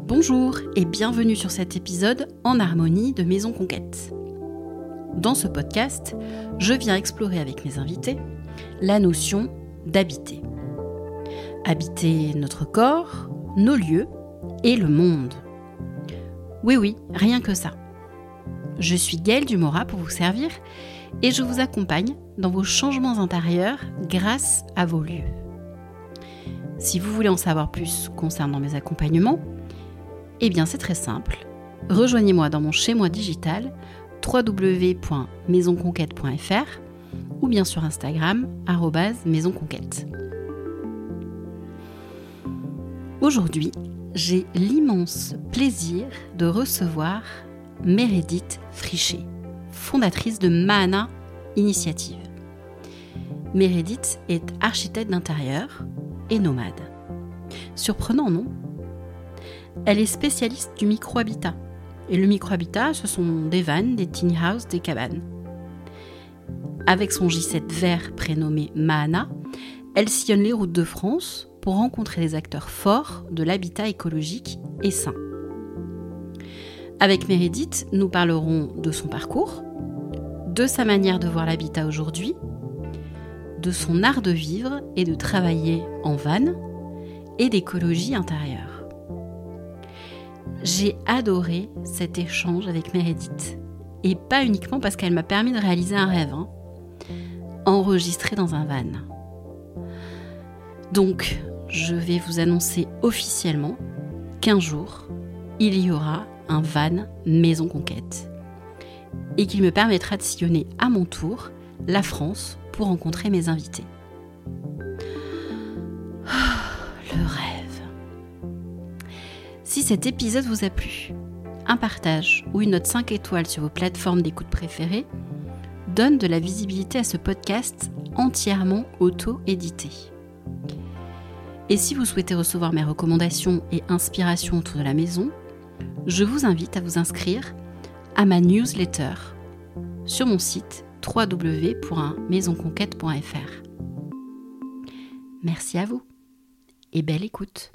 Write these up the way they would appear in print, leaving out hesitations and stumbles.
Bonjour et bienvenue sur cet épisode en harmonie de Maison Conquête. Dans ce podcast, je viens explorer avec mes invités la notion d'habiter. Habiter notre corps, nos lieux et le monde. Oui, rien que ça. Je suis Gaëlle Dumora pour vous servir et je vous accompagne dans vos changements intérieurs grâce à vos lieux. Si vous voulez en savoir plus concernant mes accompagnements, eh bien c'est très simple. Rejoignez-moi dans mon chez-moi digital www.maisonconquête.fr ou bien sur Instagram @maisonconquête. Aujourd'hui, j'ai l'immense plaisir de recevoir Meredith Frichet, fondatrice de Mahana Initiative. Meredith est architecte d'intérieur et nomade. Surprenant, non ? Elle est spécialiste du micro-habitat. Et le micro-habitat, ce sont des vannes, des tiny houses, des cabanes. Avec son J7 vert prénommé Mahana, elle sillonne les routes de France pour rencontrer des acteurs forts de l'habitat écologique et sain. Avec Meredith, nous parlerons de son parcours, de sa manière de voir l'habitat aujourd'hui, de son art de vivre et de travailler en van et d'écologie intérieure. J'ai adoré cet échange avec Meredith, et pas uniquement parce qu'elle m'a permis de réaliser un rêve, enregistré dans un van. Donc, je vais vous annoncer officiellement qu'un jour, il y aura un van Maison Conquête, et qu'il me permettra de sillonner à mon tour la France pour rencontrer mes invités. Le rêve. Si cet épisode vous a plu, un partage ou une note 5 étoiles sur vos plateformes d'écoute préférées donne de la visibilité à ce podcast entièrement auto-édité. Et si vous souhaitez recevoir mes recommandations et inspirations autour de la maison, je vous invite à vous inscrire à ma newsletter sur mon site www.maisonconquête.fr. Merci à vous et belle écoute.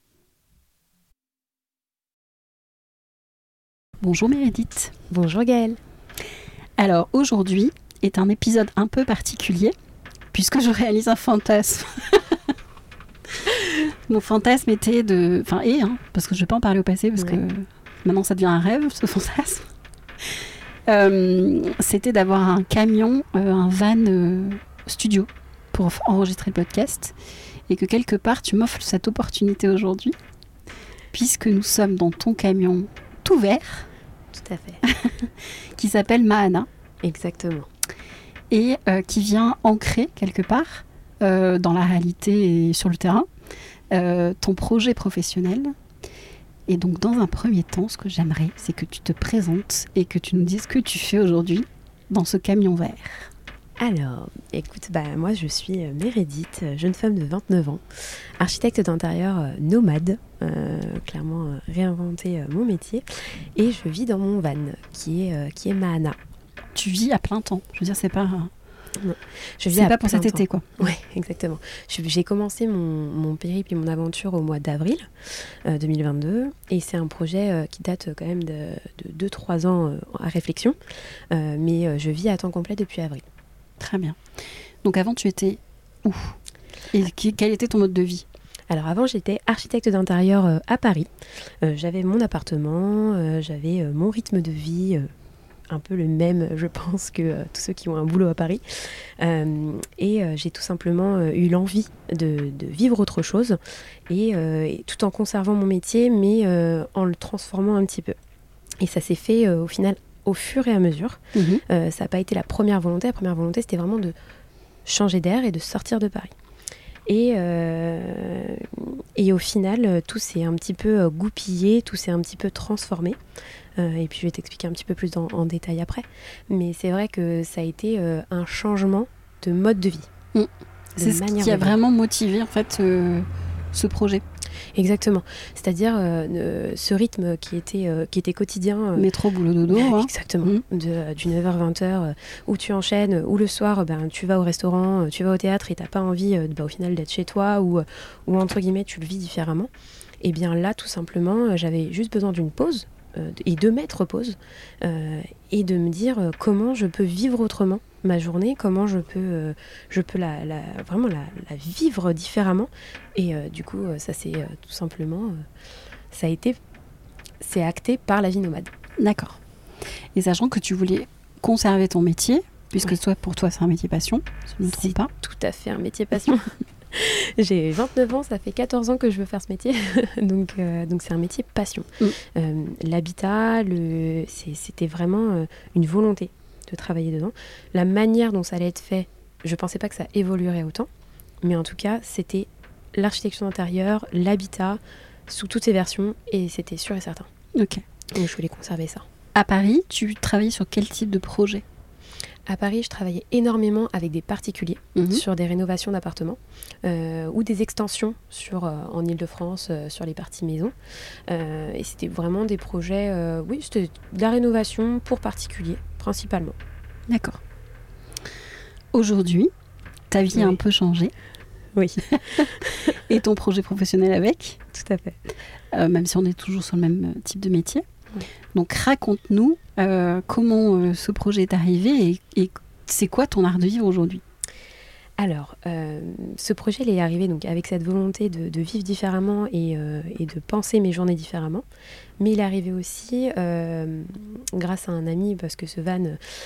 Bonjour Meredith. Bonjour Gaëlle. Alors aujourd'hui est un épisode un peu particulier puisque je réalise un fantasme. Mon fantasme était parce que je ne vais pas en parler au passé parce que maintenant ça devient un rêve ce fantasme. C'était d'avoir un camion, un van studio pour enregistrer le podcast et que quelque part tu m'offres cette opportunité aujourd'hui puisque nous sommes dans ton camion tout vert. Tout à fait. Qui s'appelle Mahana. Exactement. Et qui vient ancrer quelque part dans la réalité et sur le terrain ton projet professionnel. Et donc dans un premier temps, ce que j'aimerais, c'est que tu te présentes et que tu nous dises ce que tu fais aujourd'hui dans ce camion vert. Alors, écoute, moi je suis Meredith, jeune femme de 29 ans, architecte d'intérieur nomade, clairement réinventé mon métier, et je vis dans mon van qui est Mahana. Tu vis à plein temps, je veux dire c'est pas... Non, c'est pas pour cet été quoi. Oui, exactement. J'ai commencé mon périple et mon aventure au mois d'avril 2022 et c'est un projet qui date quand même de 2-3 ans à réflexion, mais je vis à temps complet depuis avril. Très bien. Donc avant tu étais où ? Et quel était ton mode de vie ? Alors avant j'étais architecte d'intérieur à Paris. J'avais mon appartement, j'avais mon rythme de vie... un peu le même, je pense, que tous ceux qui ont un boulot à Paris. Et j'ai tout simplement eu l'envie de vivre autre chose, et tout en conservant mon métier, mais en le transformant un petit peu. Et ça s'est fait au final au fur et à mesure. Ça n'a pas été la première volonté. La première volonté, c'était vraiment de changer d'air et de sortir de Paris. Et au final, tout s'est un petit peu goupillé, tout s'est un petit peu transformé. Et puis je vais t'expliquer un petit peu plus en détail après. Mais c'est vrai que ça a été un changement de mode de vie. C'est ce qui a vraiment motivé en fait ce projet. Exactement. C'est-à-dire ce rythme qui était quotidien. Métro, boulot, dodo. Exactement. Du 9h-20h où tu enchaînes, ou le soir tu vas au restaurant, tu vas au théâtre et t'as pas envie au final d'être chez toi ou entre guillemets tu le vis différemment. Et bien là, tout simplement, j'avais juste besoin d'une pause et de mettre pause et de me dire comment je peux vivre autrement ma journée, comment je peux vraiment la vivre différemment. Et du coup, ça c'est tout simplement, c'est acté par la vie nomade. D'accord. Et sachant que tu voulais conserver ton métier, puisque pour toi c'est un métier passion, si je ne me trompe pas. Tout à fait un métier passion. J'ai 29 ans, ça fait 14 ans que je veux faire ce métier, donc c'est un métier passion. L'habitat, c'était vraiment une volonté de travailler dedans. La manière dont ça allait être fait, je ne pensais pas que ça évoluerait autant, mais en tout cas, c'était l'architecture d'intérieur, l'habitat, sous toutes ses versions, et c'était sûr et certain. Ok. Donc je voulais conserver ça. À Paris, tu travaillais sur quel type de projet ? À Paris, je travaillais énormément avec des particuliers sur des rénovations d'appartements ou des extensions en Ile-de-France sur les parties maisons. Et c'était vraiment des projets, c'était de la rénovation pour particuliers, principalement. D'accord. Aujourd'hui, ta vie a un peu changé. Oui. Et ton projet professionnel avec ? Tout à fait. Même si on est toujours sur le même type de métier. Oui. Donc raconte-nous comment ce projet est arrivé et c'est quoi ton art de vivre aujourd'hui ? Alors, ce projet il est arrivé donc, avec cette volonté de vivre différemment et de penser mes journées différemment. Mais il est arrivé aussi grâce à un ami, parce que ce van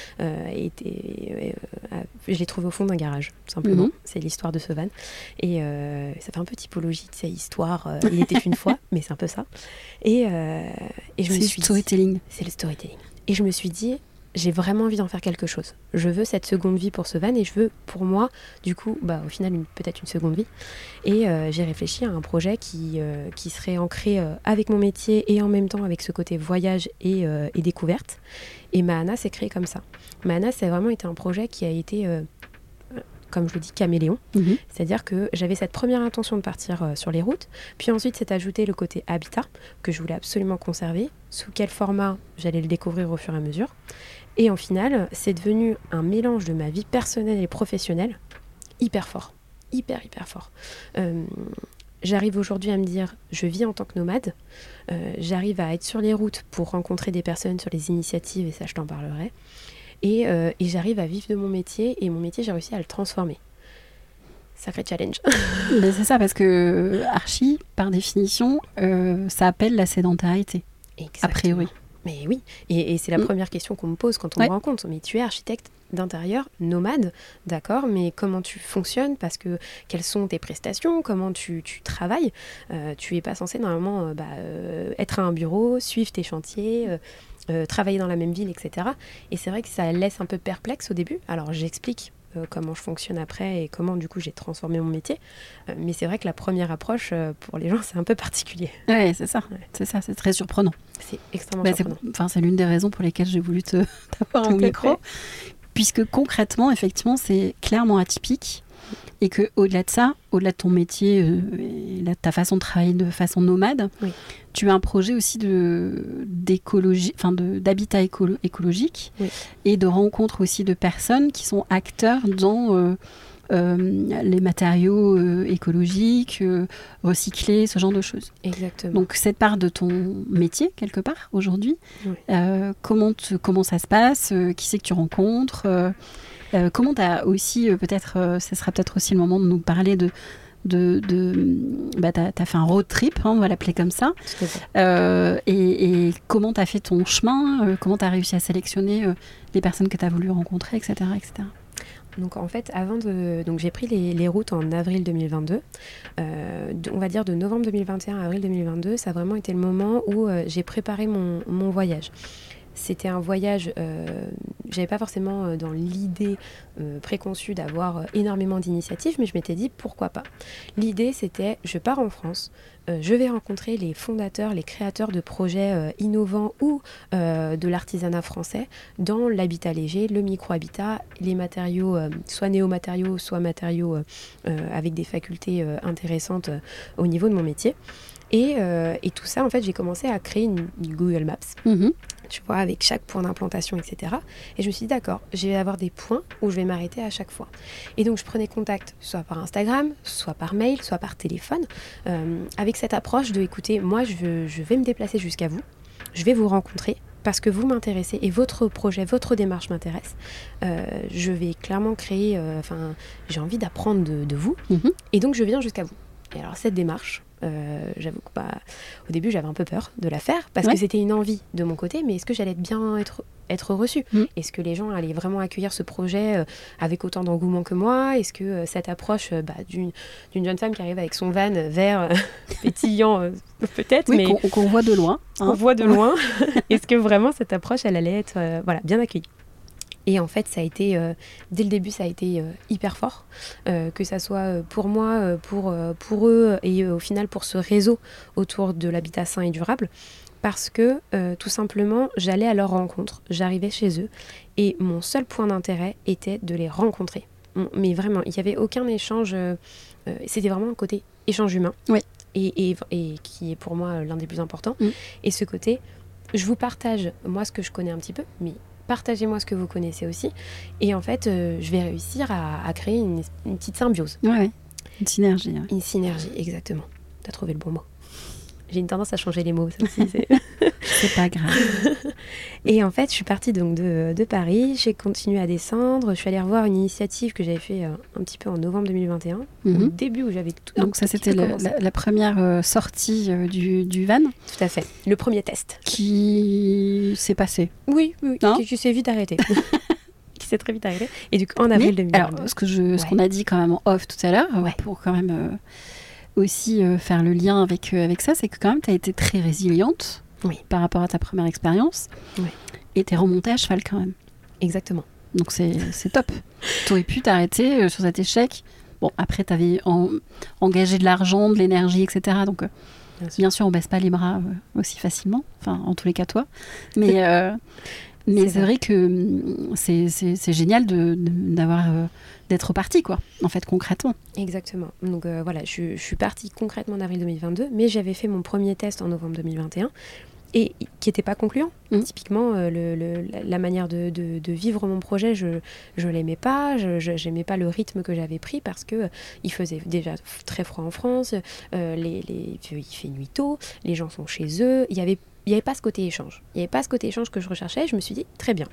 je l'ai trouvé au fond d'un garage, tout simplement. C'est l'histoire de ce van. Et ça fait un peu typologie de cette histoire. Il était une fois, mais c'est un peu ça. Et je me suis dit, storytelling. C'est le storytelling. Et je me suis dit, j'ai vraiment envie d'en faire quelque chose. Je veux cette seconde vie pour ce van et je veux pour moi, du coup, au final, peut-être une seconde vie. Et j'ai réfléchi à un projet qui serait ancré avec mon métier et en même temps avec ce côté voyage et découverte. Et Mahana s'est créé comme ça. Mahana, ça a vraiment été un projet qui a été, comme je le dis, caméléon. C'est-à-dire que j'avais cette première intention de partir sur les routes, puis ensuite s'est ajouté le côté habitat, que je voulais absolument conserver. Sous quel format, j'allais le découvrir au fur et à mesure. Et en final, c'est devenu un mélange de ma vie personnelle et professionnelle hyper fort. Hyper fort. J'arrive aujourd'hui à me dire, je vis en tant que nomade. J'arrive à être sur les routes pour rencontrer des personnes sur les initiatives, et ça, je t'en parlerai. Et j'arrive à vivre de mon métier, et mon métier, j'ai réussi à le transformer. Sacré challenge. Ben c'est ça, parce que archi, par définition, ça appelle la sédentarité. Exactement. A priori. Mais oui, et c'est la première question qu'on me pose quand on me rencontre. Mais tu es architecte d'intérieur, nomade, d'accord, mais comment tu fonctionnes ? Parce que quelles sont tes prestations ? Comment tu travailles ? Tu n'es pas censé normalement être à un bureau, suivre tes chantiers, travailler dans la même ville, etc. Et c'est vrai que ça laisse un peu perplexe au début. Alors j'explique comment je fonctionne après et comment du coup j'ai transformé mon métier. Mais c'est vrai que la première approche pour les gens c'est un peu particulier. Ouais, c'est ça. C'est ça, c'est très surprenant. C'est extrêmement surprenant. C'est l'une des raisons pour lesquelles j'ai voulu t'avoir au micro. Puisque concrètement, effectivement, c'est clairement atypique. Et qu'au-delà de ça, au-delà de ton métier et de ta façon de travailler de façon nomade, tu as un projet aussi d'écologie, d'habitat écologique et de rencontre aussi de personnes qui sont acteurs dans les matériaux écologiques, recyclés, ce genre de choses. Exactement. Donc cette part de ton métier, quelque part, aujourd'hui, comment ça se passe, qui c'est que tu rencontres comment tu as aussi, ce sera peut-être aussi le moment de nous parler tu as fait un road trip, on va l'appeler comme ça. Et comment tu as fait ton chemin, comment tu as réussi à sélectionner les personnes que tu as voulu rencontrer, etc. etc. Donc en fait, donc j'ai pris les routes en avril 2022. On va dire de novembre 2021 à avril 2022, ça a vraiment été le moment où j'ai préparé mon voyage. C'était un voyage, j'avais pas forcément dans l'idée préconçue d'avoir énormément d'initiatives, mais je m'étais dit pourquoi pas. L'idée c'était, je pars en France, je vais rencontrer les fondateurs, les créateurs de projets innovants ou de l'artisanat français dans l'habitat léger, le micro-habitat, les matériaux, soit néo-matériaux, soit matériaux avec des facultés intéressantes au niveau de mon métier. Et tout ça, en fait, j'ai commencé à créer une Google Maps, tu vois, avec chaque point d'implantation, etc. Et je me suis dit, d'accord, je vais avoir des points où je vais m'arrêter à chaque fois. Et donc, je prenais contact, soit par Instagram, soit par mail, soit par téléphone, avec cette approche de, écoutez, moi, je vais me déplacer jusqu'à vous, je vais vous rencontrer, parce que vous m'intéressez et votre projet, votre démarche m'intéresse. Je vais clairement créer, j'ai envie d'apprendre de vous, et donc je viens jusqu'à vous. Et alors, cette démarche, j'avoue que au début j'avais un peu peur de la faire parce que c'était une envie de mon côté, mais est-ce que j'allais bien être reçue? Est-ce que les gens allaient vraiment accueillir ce projet avec autant d'engouement que moi? Est-ce que cette approche d'une jeune femme qui arrive avec son van vert pétillant peut-être, oui, mais qu'on voit de loin, qu'on voit de loin, est-ce que vraiment cette approche elle allait être bien accueillie? Et en fait, ça a été, dès le début, ça a été hyper fort, que ça soit pour moi, pour eux, et au final pour ce réseau autour de l'habitat sain et durable, parce que tout simplement, j'allais à leur rencontre, j'arrivais chez eux, et mon seul point d'intérêt était de les rencontrer. Mais vraiment, il n'y avait aucun échange, c'était vraiment un côté échange humain, et qui est pour moi l'un des plus importants. Et ce côté, je vous partage, moi, ce que je connais un petit peu, mais partagez-moi ce que vous connaissez aussi. Et en fait, je vais réussir à créer une petite symbiose. Ouais, une synergie. Ouais. Une synergie, exactement. Tu as trouvé le bon mot. J'ai une tendance à changer les mots, ça aussi. C'est pas grave. Et en fait, je suis partie donc de Paris. J'ai continué à descendre. Je suis allée revoir une initiative que j'avais fait un petit peu en novembre 2021. Au début où j'avais tout. Donc ça, c'était la première sortie du van. Tout à fait. Le premier test. Qui s'est passé. Oui. Qui s'est vite arrêté. Qui s'est très vite arrêté. Et du coup, en avril 2022. Alors, ce qu'on a dit quand même en off tout à l'heure, pour quand même aussi faire le lien avec ça, c'est que quand même, tu as été très résiliente par rapport à ta première expérience. Et tu es remontée à cheval quand même. Exactement. Donc c'est top. Tu aurais pu t'arrêter sur cet échec. Bon, après, tu avais engagé de l'argent, de l'énergie, etc. Donc, bien sûr, on baisse pas les bras aussi facilement. Enfin, en tous les cas, toi. Mais c'est vrai que c'est génial d'être partie, quoi, en fait, concrètement. Exactement. Donc voilà, je suis partie concrètement en avril 2022, mais j'avais fait mon premier test en novembre 2021, et qui n'était pas concluant. Typiquement, la manière de vivre mon projet, je l'aimais pas, je n'aimais pas le rythme que j'avais pris, parce que il faisait déjà très froid en France, il fait nuit tôt, les gens sont chez eux, il y avait pas ce côté échange. Il n'y avait pas ce côté échange que je recherchais. Je me suis dit, très bien,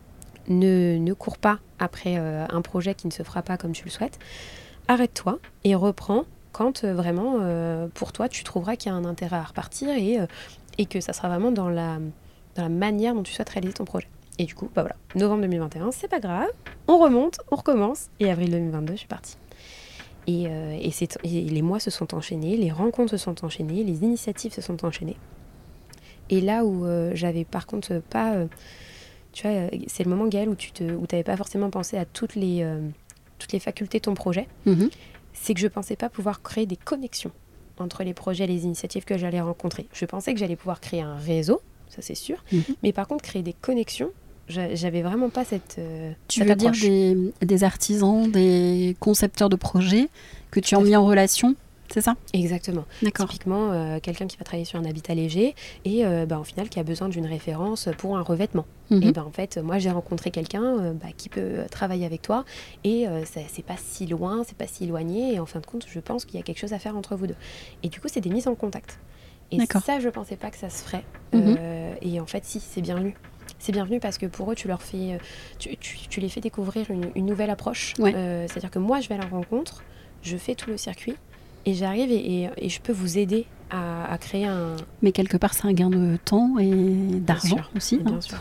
ne cours pas après un projet qui ne se fera pas comme tu le souhaites. Arrête-toi et reprends quand vraiment, pour toi, tu trouveras qu'il y a un intérêt à repartir, et que ça sera vraiment dans la manière dont tu souhaites réaliser ton projet. Et du coup, voilà, novembre 2021, c'est pas grave, on remonte, on recommence. Et avril 2022, je suis partie. Et les mois se sont enchaînés, les rencontres se sont enchaînées, les initiatives se sont enchaînées. Et là où j'avais par contre pas... tu vois, c'est le moment, Gaëlle, où tu n'avais pas forcément pensé à toutes les facultés de ton projet. C'est que je ne pensais pas pouvoir créer des connexions entre les projets et les initiatives que j'allais rencontrer. Je pensais que j'allais pouvoir créer un réseau, ça c'est sûr. Mais par contre, créer des connexions, j'avais vraiment pas cette Tu veux approche. Dire des artisans, des concepteurs de projets que tu as mis en relation, c'est ça? Exactement. D'accord. Typiquement, quelqu'un qui va travailler sur un habitat léger et au final qui a besoin d'une référence pour un revêtement. Et en fait, moi j'ai rencontré quelqu'un qui peut travailler avec toi, et c'est pas si loin, c'est pas si éloigné, et en fin de compte, je pense qu'il y a quelque chose à faire entre vous deux. Et du coup, c'est des mises en contact. Et ça, je pensais pas que ça se ferait. Et en fait, si, c'est bienvenu. C'est bienvenu parce que pour eux, tu leur fais, tu les fais découvrir une nouvelle approche. C'est-à-dire que moi, je vais à leur rencontre, je fais tout le circuit, et j'arrive et je peux vous aider à créer un... Mais quelque part, c'est un gain de temps et d'argent aussi. Bien sûr.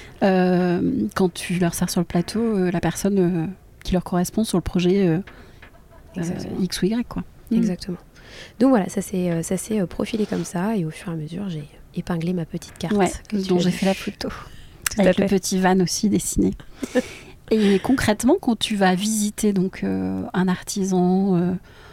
Quand tu leur sers sur le plateau, la personne qui leur correspond sur le projet X ou Y, quoi. Exactement. Donc voilà, ça s'est profilé comme ça, et au fur et à mesure, j'ai épinglé ma petite carte. Dont j'ai fait la photo. Avec le petit van aussi dessiné. Et concrètement, quand tu vas visiter donc, un artisan...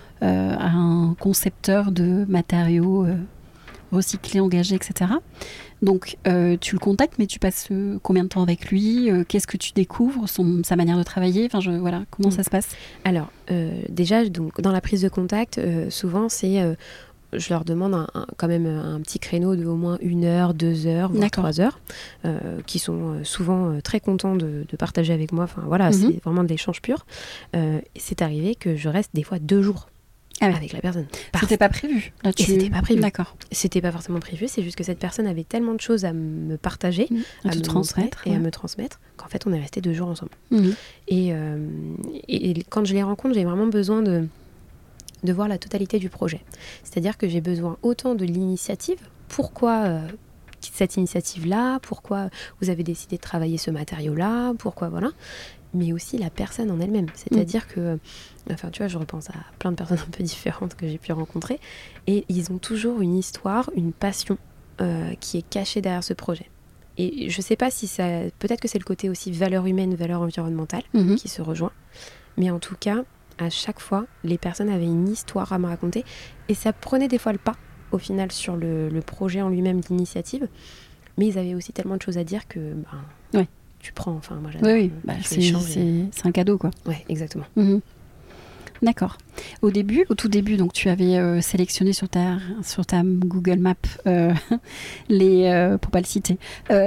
un concepteur de matériaux recyclés, engagés, etc. Donc, tu le contactes, mais tu passes combien de temps avec lui? Qu'est-ce que tu découvres? Sa manière de travailler? Comment ça se passe? Alors, déjà, donc, dans la prise de contact, souvent, c'est... je leur demande quand même un petit créneau de au moins 1 heure, 2 heures, voire 3 heures, qui sont souvent très contents de partager avec moi. Enfin voilà, c'est vraiment de l'échange pur. C'est arrivé que je reste des fois 2 jours avec la personne. C'était pas prévu. Là, c'était pas prévu. D'accord. C'était pas forcément prévu, c'est juste que cette personne avait tellement de choses à me partager, à me transmettre et à me transmettre, qu'en fait on est resté 2 jours ensemble. Mmh. Et quand je les rencontre, j'ai vraiment besoin de voir la totalité du projet. C'est-à-dire que j'ai besoin autant de l'initiative, pourquoi cette initiative-là, pourquoi vous avez décidé de travailler ce matériau-là, pourquoi voilà, mais aussi la personne en elle-même. C'est-à-dire que, enfin tu vois, je repense à plein de personnes un peu différentes que j'ai pu rencontrer, et ils ont toujours une histoire, une passion qui est cachée derrière ce projet. Et je sais pas si ça... Peut-être que c'est le côté aussi valeur humaine, valeur environnementale qui se rejoint, mais en tout cas... À chaque fois, les personnes avaient une histoire à me raconter et ça prenait des fois le pas, au final, sur le projet en lui-même d'initiative. Mais ils avaient aussi tellement de choses à dire que tu prends. Enfin, moi, j'adore. Oui. C'est un cadeau, quoi. Ouais, exactement. Mmh. D'accord. Au tout début, donc tu avais sélectionné sur ta Google Maps pour pas le citer,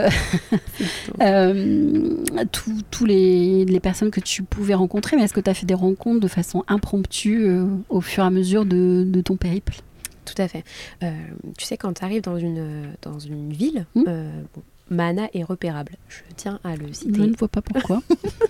tous les personnes que tu pouvais rencontrer. Mais est-ce que tu as fait des rencontres de façon impromptue au fur et à mesure de ton périple? Tout à fait. Tu sais, quand tu arrives dans une ville, Mana est repérable. Je tiens à le citer. Je ne vois pas pourquoi.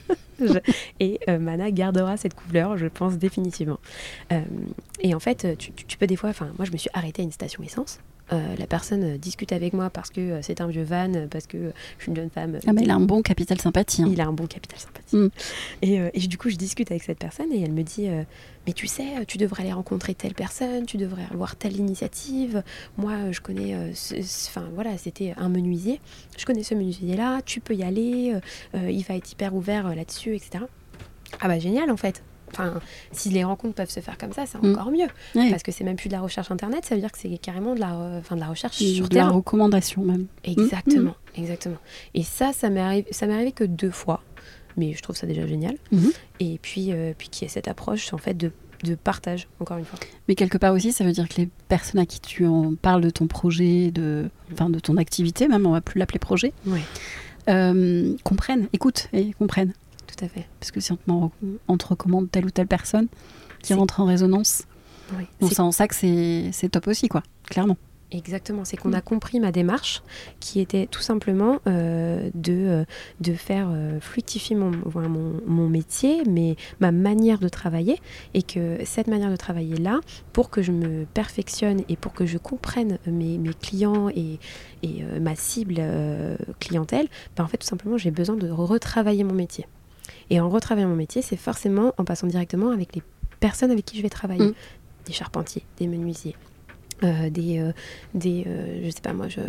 Et Mana gardera cette couleur, je pense définitivement. Et en fait, tu peux des fois... Enfin, moi, je me suis arrêtée à une station essence. La personne discute avec moi parce que c'est un vieux van, parce que je suis une jeune femme. Ah mais il a un bon capital sympathie. Il a un bon capital sympathie. Et du coup, je discute avec cette personne et elle me dit mais tu sais, tu devrais aller rencontrer telle personne, tu devrais avoir telle initiative. Moi, je connais... Enfin, voilà, c'était un menuisier. Je connais ce menuisier-là, tu peux y aller, il va être hyper ouvert là-dessus, etc. Ah bah génial, en fait. Enfin, si les rencontres peuvent se faire comme ça, c'est encore mieux. Oui. Parce que c'est même plus de la recherche internet, ça veut dire que c'est carrément de la recherche sur terrain. De la recommandation même. Exactement, exactement. Et ça m'est arrivé que 2 fois, mais je trouve ça déjà génial. Et puis qu'il y ait cette approche en fait de partage, encore une fois. Mais quelque part aussi, ça veut dire que les personnes à qui tu en parles de ton projet, de ton activité, même on va plus l'appeler projet, comprennent, écoutent et comprennent. Tout à fait. Parce que si on te recommande telle ou telle personne qui rentre en résonance, c'est en ça que c'est top aussi, quoi, clairement. Exactement, c'est qu'on a compris ma démarche qui était tout simplement de faire fructifier mon métier, mais ma manière de travailler, et que cette manière de travailler-là, pour que je me perfectionne et pour que je comprenne mes clients et ma cible clientèle, en fait tout simplement j'ai besoin de retravailler mon métier. Et en retravaillant mon métier, c'est forcément en passant directement avec les personnes avec qui je vais travailler. Des charpentiers, des menuisiers, je sais pas moi, je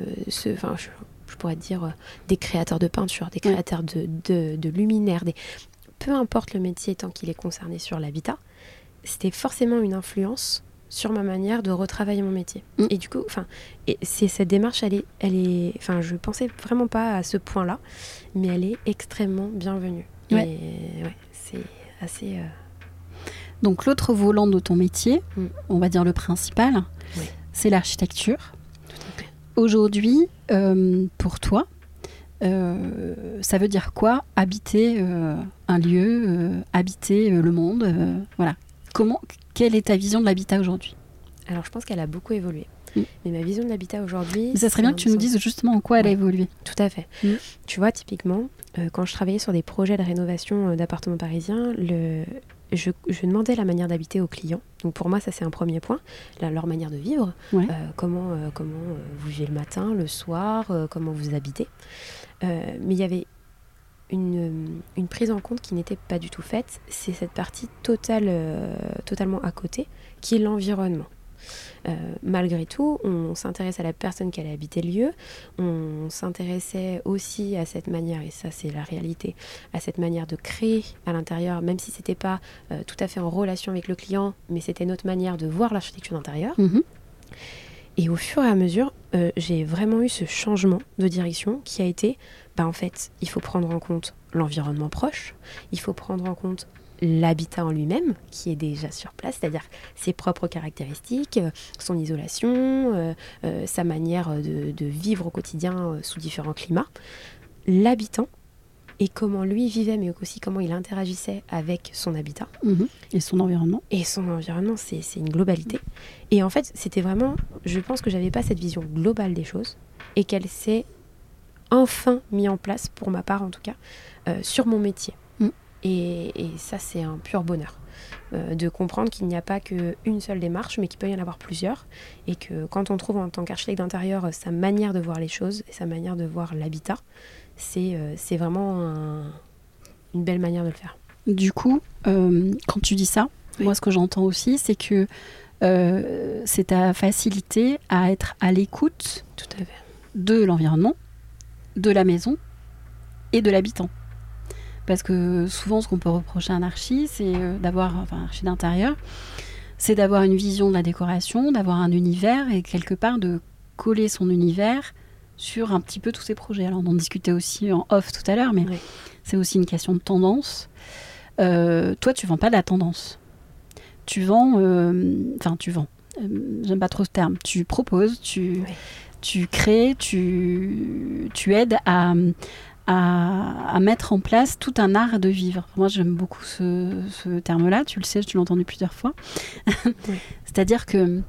pourrais dire des créateurs de peinture, des créateurs de luminaires, peu importe le métier tant qu'il est concerné sur l'habitat, c'était forcément une influence sur ma manière de retravailler mon métier. Et du coup, cette démarche, elle est, je pensais vraiment pas à ce point-là, mais elle est extrêmement bienvenue. Et c'est assez... Donc l'autre volant de ton métier, on va dire le principal, c'est l'architecture. Tout à fait. Aujourd'hui, pour toi, ça veut dire quoi habiter un lieu, habiter le monde, voilà. Quelle est ta vision de l'habitat aujourd'hui? Alors je pense qu'elle a beaucoup évolué. Mais ma vision de l'habitat aujourd'hui... Ça serait bien que tu nous dises justement en quoi elle a évolué. Tout à fait. Tu vois, typiquement, quand je travaillais sur des projets de rénovation d'appartements parisiens, je demandais la manière d'habiter aux clients. Donc pour moi, ça c'est un premier point, leur manière de vivre, comment vous vivez le matin, le soir, comment vous habitez. Mais il y avait une prise en compte qui n'était pas du tout faite, c'est cette partie totalement à côté, qui est l'environnement. Malgré tout, on s'intéresse à la personne qui allait habiter le lieu, on s'intéressait aussi à cette manière, et ça c'est la réalité, à cette manière de créer à l'intérieur, même si c'était pas tout à fait en relation avec le client, mais c'était notre manière de voir l'architecture d'intérieur. Et au fur et à mesure, j'ai vraiment eu ce changement de direction qui a été, en fait, il faut prendre en compte l'environnement proche, il faut prendre en compte l'habitat en lui-même, qui est déjà sur place, c'est-à-dire ses propres caractéristiques, son isolation, sa manière de vivre au quotidien sous différents climats. L'habitant, et comment lui vivait, mais aussi comment il interagissait avec son habitat. Et son environnement. Et son environnement, c'est une globalité. Et en fait, c'était vraiment... Je pense que j'avais pas cette vision globale des choses, et qu'elle s'est enfin mise en place, pour ma part en tout cas, sur mon métier. Et ça, c'est un pur bonheur. De comprendre qu'il n'y a pas qu'une seule démarche, mais qu'il peut y en avoir plusieurs. Et que quand on trouve en tant qu'architecte d'intérieur sa manière de voir les choses, et sa manière de voir l'habitat, c'est vraiment une belle manière de le faire. Du coup, quand tu dis ça, moi ce que j'entends aussi, c'est que c'est ta facilité à être à l'écoute Tout à fait. de l'environnement, de la maison et de l'habitant. Parce que souvent, ce qu'on peut reprocher à un archi, c'est archi d'intérieur, c'est d'avoir une vision de la décoration, d'avoir un univers et quelque part de coller son univers sur un petit peu tous ses projets. Alors, on en discutait aussi en off tout à l'heure, mais c'est aussi une question de tendance. Toi, tu vends pas de la tendance. Tu vends... j'aime pas trop ce terme. Tu proposes, tu crées, tu aides à mettre en place tout un art de vivre. Moi, j'aime beaucoup ce terme-là. Tu le sais, tu l'as entendu plusieurs fois. C'est-à-dire que...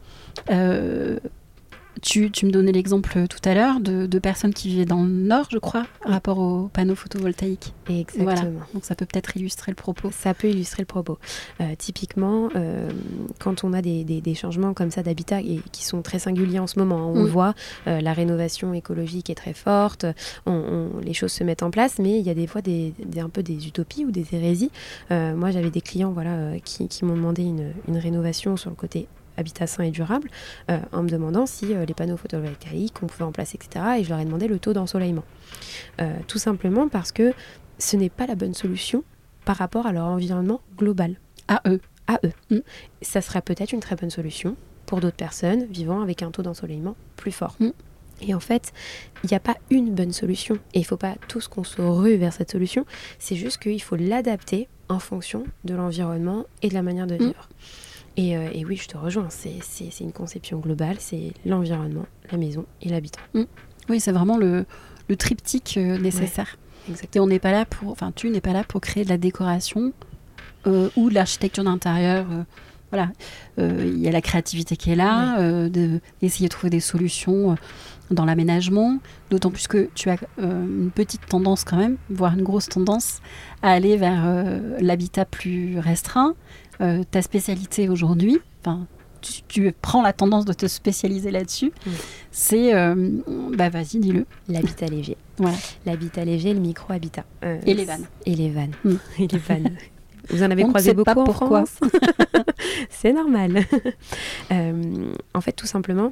Tu me donnais l'exemple tout à l'heure de personnes qui vivaient dans le Nord, je crois, rapport aux panneaux photovoltaïques. Exactement. Voilà. Donc ça peut peut-être illustrer le propos. Ça peut illustrer le propos. Typiquement, quand on a des changements comme ça d'habitat et qui sont très singuliers en ce moment, on le voit, la rénovation écologique est très forte, les choses se mettent en place, mais il y a des fois un peu des utopies ou des hérésies. Moi, j'avais des clients qui m'ont demandé une rénovation sur le côté habitat sain et durable, en me demandant si les panneaux photovoltaïques, on pouvait en placer, etc. Et je leur ai demandé le taux d'ensoleillement. Tout simplement parce que ce n'est pas la bonne solution par rapport à leur environnement global. À eux. Ça serait peut-être une très bonne solution pour d'autres personnes vivant avec un taux d'ensoleillement plus fort. Et en fait, il n'y a pas une bonne solution. Et il ne faut pas tous qu'on se rue vers cette solution. C'est juste qu'il faut l'adapter en fonction de l'environnement et de la manière de vivre. Et oui, je te rejoins, c'est une conception globale, c'est l'environnement, la maison et l'habitant. Oui, c'est vraiment le triptyque nécessaire. Et on n'est pas là tu n'es pas là pour créer de la décoration ou de l'architecture d'intérieur. Voilà, il y a la créativité qui est là, d'essayer de trouver des solutions dans l'aménagement, d'autant plus que tu as une petite tendance quand même, voire une grosse tendance à aller vers l'habitat plus restreint. Ta spécialité aujourd'hui, tu prends la tendance de te spécialiser là-dessus, c'est, vas-y, dis-le. L'habitat léger. Voilà. L'habitat léger, le micro-habitat. Et les vannes. Et les vannes. Et les vannes. Vous en avez croisé beaucoup en France ? C'est normal. En fait, tout simplement,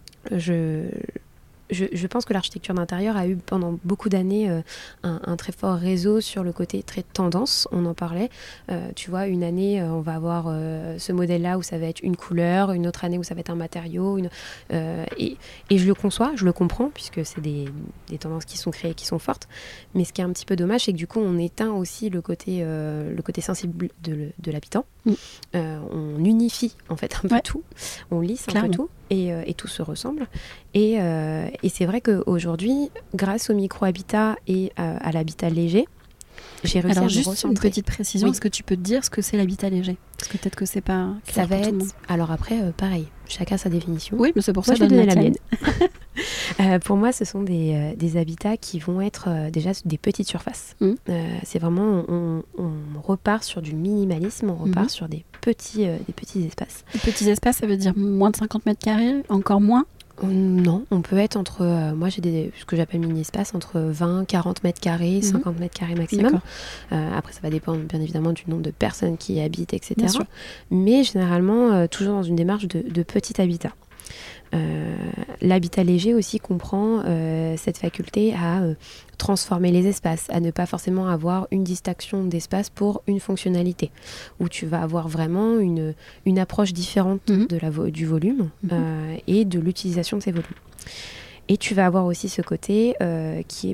je pense que l'architecture d'intérieur a eu pendant beaucoup d'années un très fort réseau sur le côté très tendance, on en parlait. Tu vois, une année, on va avoir ce modèle-là où ça va être une couleur, une autre année où ça va être un matériau. Et je le conçois, je le comprends, puisque c'est des tendances qui sont créées, qui sont fortes. Mais ce qui est un petit peu dommage, c'est que du coup, on éteint aussi le côté sensible de l'habitant. On unifie en fait un peu tout, on lisse un peu tout. Et tout se ressemble. Et c'est vrai qu'aujourd'hui, grâce au micro-habitat et à l'habitat léger, j'ai réussi à me recentrer. Alors juste une petite précision, est-ce que tu peux te dire ce que c'est l'habitat léger ? Parce que peut-être que c'est pas clair. Ça va être... Alors après, pareil, chacun sa définition. Oui, mais c'est pour ça que je vais donner la mienne. Pour moi, ce sont des habitats qui vont être déjà des petites surfaces. C'est vraiment, on repart sur du minimalisme, on repart sur des petits espaces. Les petits espaces, ça veut dire moins de 50 mètres carrés, encore moins ? Non, on peut être entre... moi, j'ai ce que j'appelle mini-espace, entre 20, 40 mètres carrés, 50 mètres carrés maximum. Après, ça va dépendre, bien évidemment, du nombre de personnes qui y habitent, etc. Bien sûr. Mais généralement, toujours dans une démarche de petit habitat. L'habitat léger aussi comprend cette faculté à transformer les espaces, à ne pas forcément avoir une distinction d'espace pour une fonctionnalité, où tu vas avoir vraiment une approche différente du volume et de l'utilisation de ces volumes. Et tu vas avoir aussi ce côté qui est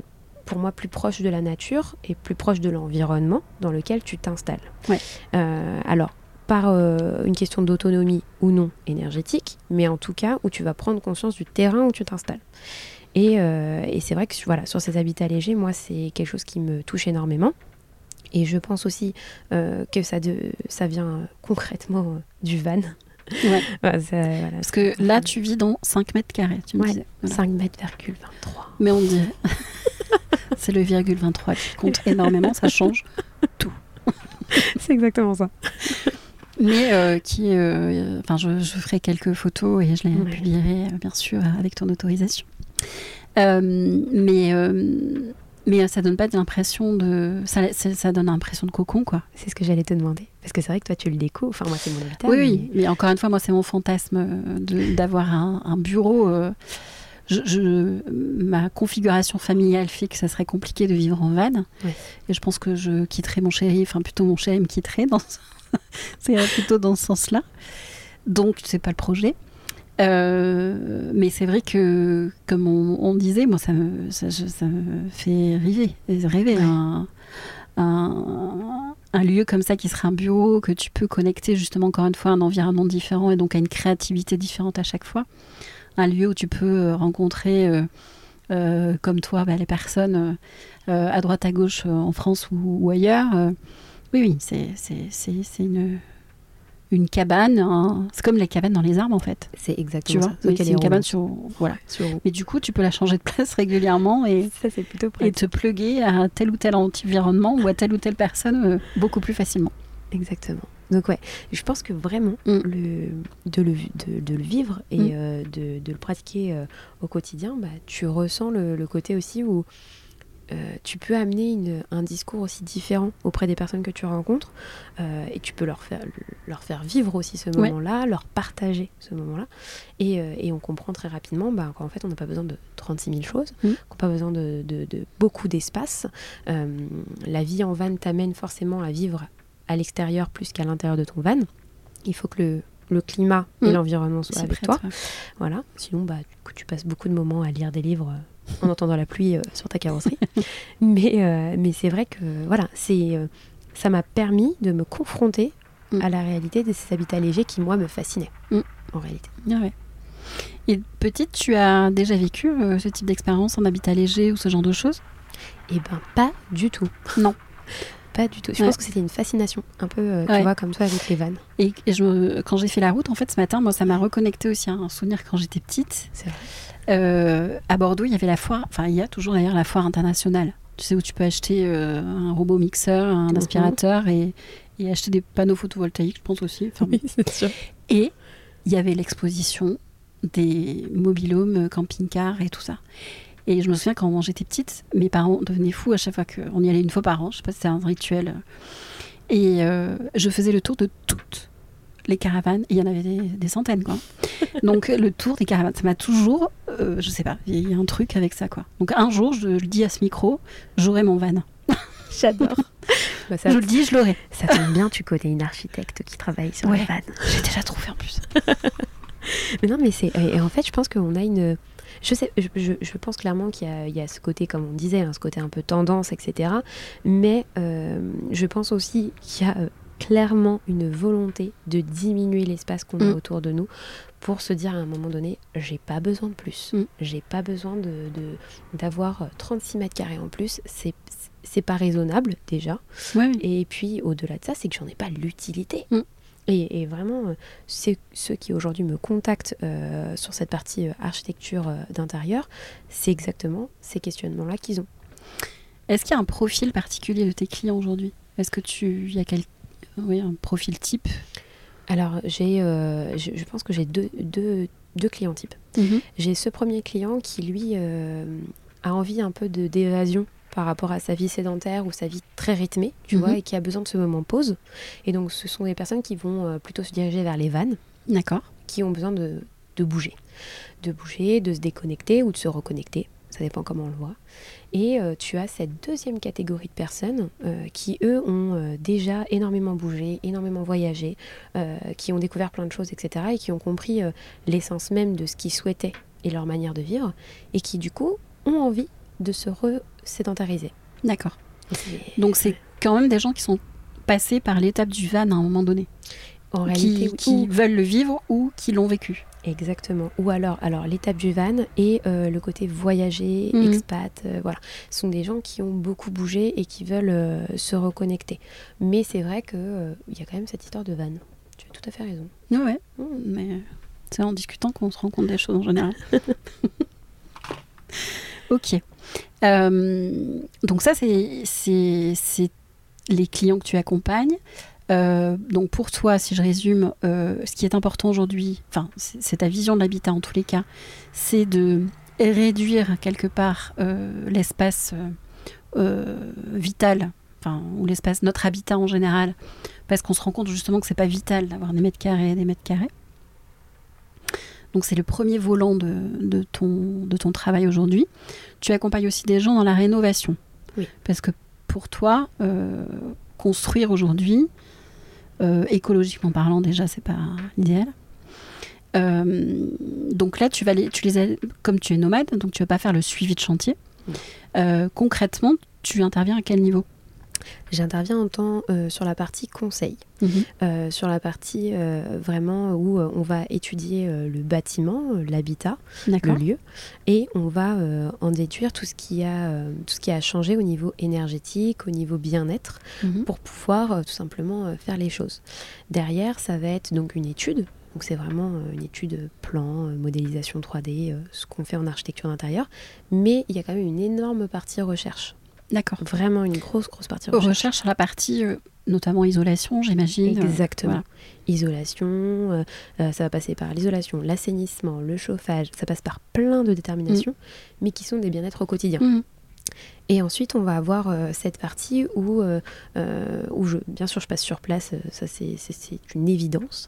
pour moi plus proche de la nature et plus proche de l'environnement dans lequel tu t'installes. Ouais. Alors, par une question d'autonomie ou non énergétique, mais en tout cas où tu vas prendre conscience du terrain où tu t'installes. Et c'est vrai que voilà, sur ces habitats légers, moi, c'est quelque chose qui me touche énormément. Et je pense aussi que ça vient concrètement du van. Ouais. Voilà, parce que là, tu vis dans 5 mètres carrés, tu me disais. Voilà. 5 mètres, 23. Mais on dirait... c'est le virgule 23 qui compte énormément, ça change tout. C'est exactement ça. Mais je ferai quelques photos et je les publierai, bien sûr, avec ton autorisation. Mais ça donne pas l'impression de... Ça donne l'impression de cocon, quoi. C'est ce que j'allais te demander. Parce que c'est vrai que toi, tu le découvres. Enfin, moi, c'est mon habitat. Oui, mais encore une fois, moi, c'est mon fantasme d'avoir un bureau. Ma configuration familiale fait que ça serait compliqué de vivre en van. Ouais. Et je pense que je quitterai mon chéri, enfin plutôt mon chéri me quitterait. C'est plutôt dans ce sens-là. Donc, c'est pas le projet. Mais c'est vrai que, comme on disait, moi, ça me fait rêver ouais. Un lieu comme ça qui serait un bureau, que tu peux connecter justement encore une fois à un environnement différent et donc à une créativité différente à chaque fois. Un lieu où tu peux rencontrer, comme toi, les personnes à droite à gauche en France ou ailleurs. Oui, c'est une cabane, c'est comme les cabanes dans les arbres en fait. C'est exactement ça. Oui, c'est une cabane voilà. Mais du coup, tu peux la changer de place régulièrement et ça, c'est plutôt pratique. Et te pluguer à tel ou tel environnement ou à telle ou telle personne beaucoup plus facilement. Exactement. Donc ouais, je pense que vraiment de le vivre et de le pratiquer au quotidien, tu ressens le côté aussi où tu peux amener un discours aussi différent auprès des personnes que tu rencontres et tu peux leur faire vivre aussi ce moment-là, leur partager ce moment-là et on comprend très rapidement qu'en fait on n'a pas besoin de 36 000 choses, qu'on n'a pas besoin de beaucoup d'espace. La vie en van t'amène forcément à vivre à l'extérieur plus qu'à l'intérieur de ton van. Il faut que le climat et l'environnement soient avec toi. Voilà. Sinon, tu passes beaucoup de moments à lire des livres en entendant la pluie sur ta carrosserie. mais c'est vrai que voilà, ça m'a permis de me confronter à la réalité de ces habitats légers qui, moi, me fascinaient, en réalité. Ah ouais. Et petite, tu as déjà vécu ce type d'expérience en habitat léger ou ce genre de choses ? Eh bien, pas du tout. Non. Pas du tout. Je pense que c'était une fascination, un peu, tu vois, comme toi avec les vannes. Et quand j'ai fait la route, en fait, ce matin, moi, ça m'a reconnecté aussi à un souvenir quand j'étais petite. C'est vrai. À Bordeaux, il y avait la foire, enfin, il y a toujours d'ailleurs la foire internationale. Tu sais, où tu peux acheter un robot mixeur, un aspirateur et acheter des panneaux photovoltaïques, je pense aussi. Enfin, oui, c'est sûr. Et il y avait l'exposition des mobil-homes, camping-cars et tout ça. Et je me souviens quand j'étais petite, mes parents devenaient fous à chaque fois qu'on y allait une fois par an. Je sais pas si c'était un rituel. Et je faisais le tour de toutes les caravanes. Et il y en avait des centaines, quoi. Donc le tour des caravanes, ça m'a toujours... je sais pas, il y a un truc avec ça, quoi. Donc un jour, je le dis à ce micro, j'aurai mon van. J'adore. Je le dis, je l'aurai. Ça tombe bien, tu connais une architecte qui travaille sur les vannes. J'ai déjà trouvé en plus. Mais non, mais c'est... Et en fait, je pense qu'on a une... Je pense clairement qu'il y a ce côté, comme on disait, ce côté un peu tendance, etc. Mais je pense aussi qu'il y a clairement une volonté de diminuer l'espace qu'on a autour de nous pour se dire à un moment donné, j'ai pas besoin de plus. J'ai pas besoin d'avoir 36 mètres carrés en plus. C'est pas raisonnable déjà. Ouais. Et puis au-delà de ça, c'est que j'en ai pas l'utilité. Et vraiment, c'est ceux qui aujourd'hui me contactent sur cette partie architecture d'intérieur, c'est exactement ces questionnements-là qu'ils ont. Est-ce qu'il y a un profil particulier de tes clients aujourd'hui ? Est-ce que il y a un profil type ? Alors, je pense que j'ai deux clients types. J'ai ce premier client qui, lui, a envie un peu d'évasion par rapport à sa vie sédentaire ou sa vie très rythmée, tu vois, et qui a besoin de ce moment pause. Et donc, ce sont des personnes qui vont plutôt se diriger vers les vannes. D'accord. Qui ont besoin de bouger. De bouger, de se déconnecter ou de se reconnecter. Ça dépend comment on le voit. Et tu as cette deuxième catégorie de personnes qui, eux, ont déjà énormément bougé, énormément voyagé, qui ont découvert plein de choses, etc. et qui ont compris l'essence même de ce qu'ils souhaitaient et leur manière de vivre, et qui, du coup, ont envie de se re-sédentariser. D'accord. Donc c'est quand même des gens qui sont passés par l'étape du van à un moment donné. En réalité, qui veulent le vivre ou qui l'ont vécu. Exactement. Ou alors l'étape du van et le côté voyager, expat, voilà. Ce sont des gens qui ont beaucoup bougé et qui veulent se reconnecter. Mais c'est vrai qu'il y a quand même cette histoire de van. Tu as tout à fait raison. Ouais, mais c'est en discutant qu'on se rend compte des choses en général. Ok. Donc ça, c'est les clients que tu accompagnes. Donc pour toi, si je résume, ce qui est important aujourd'hui, enfin c'est ta vision de l'habitat en tous les cas, c'est de réduire quelque part l'espace vital, enfin ou l'espace, notre habitat en général, parce qu'on se rend compte justement que c'est pas vital d'avoir des mètres carrés et des mètres carrés. Donc c'est le premier volant de ton travail aujourd'hui. Tu accompagnes aussi des gens dans la rénovation, parce que pour toi, construire aujourd'hui, écologiquement parlant déjà c'est pas l'idéal. Donc là tu les as, comme tu es nomade, donc tu vas pas faire le suivi de chantier. Concrètement tu interviens à quel niveau? J'interviens en temps sur la partie conseil, sur la partie vraiment où on va étudier le bâtiment, l'habitat, le lieu, et on va en déduire tout ce qui a changé au niveau énergétique, au niveau bien-être, pour pouvoir tout simplement faire les choses. Derrière, ça va être donc une étude. Donc c'est vraiment une étude plan, modélisation 3D, ce qu'on fait en architecture d'intérieur, mais il y a quand même une énorme partie recherche. D'accord. Vraiment une grosse partie recherche sur la partie notamment isolation, j'imagine. Exactement. Voilà. Isolation, ça va passer par l'isolation, l'assainissement, le chauffage, ça passe par plein de déterminations, mais qui sont des bien-être au quotidien. Et ensuite, on va avoir cette partie où bien sûr, je passe sur place, ça c'est une évidence.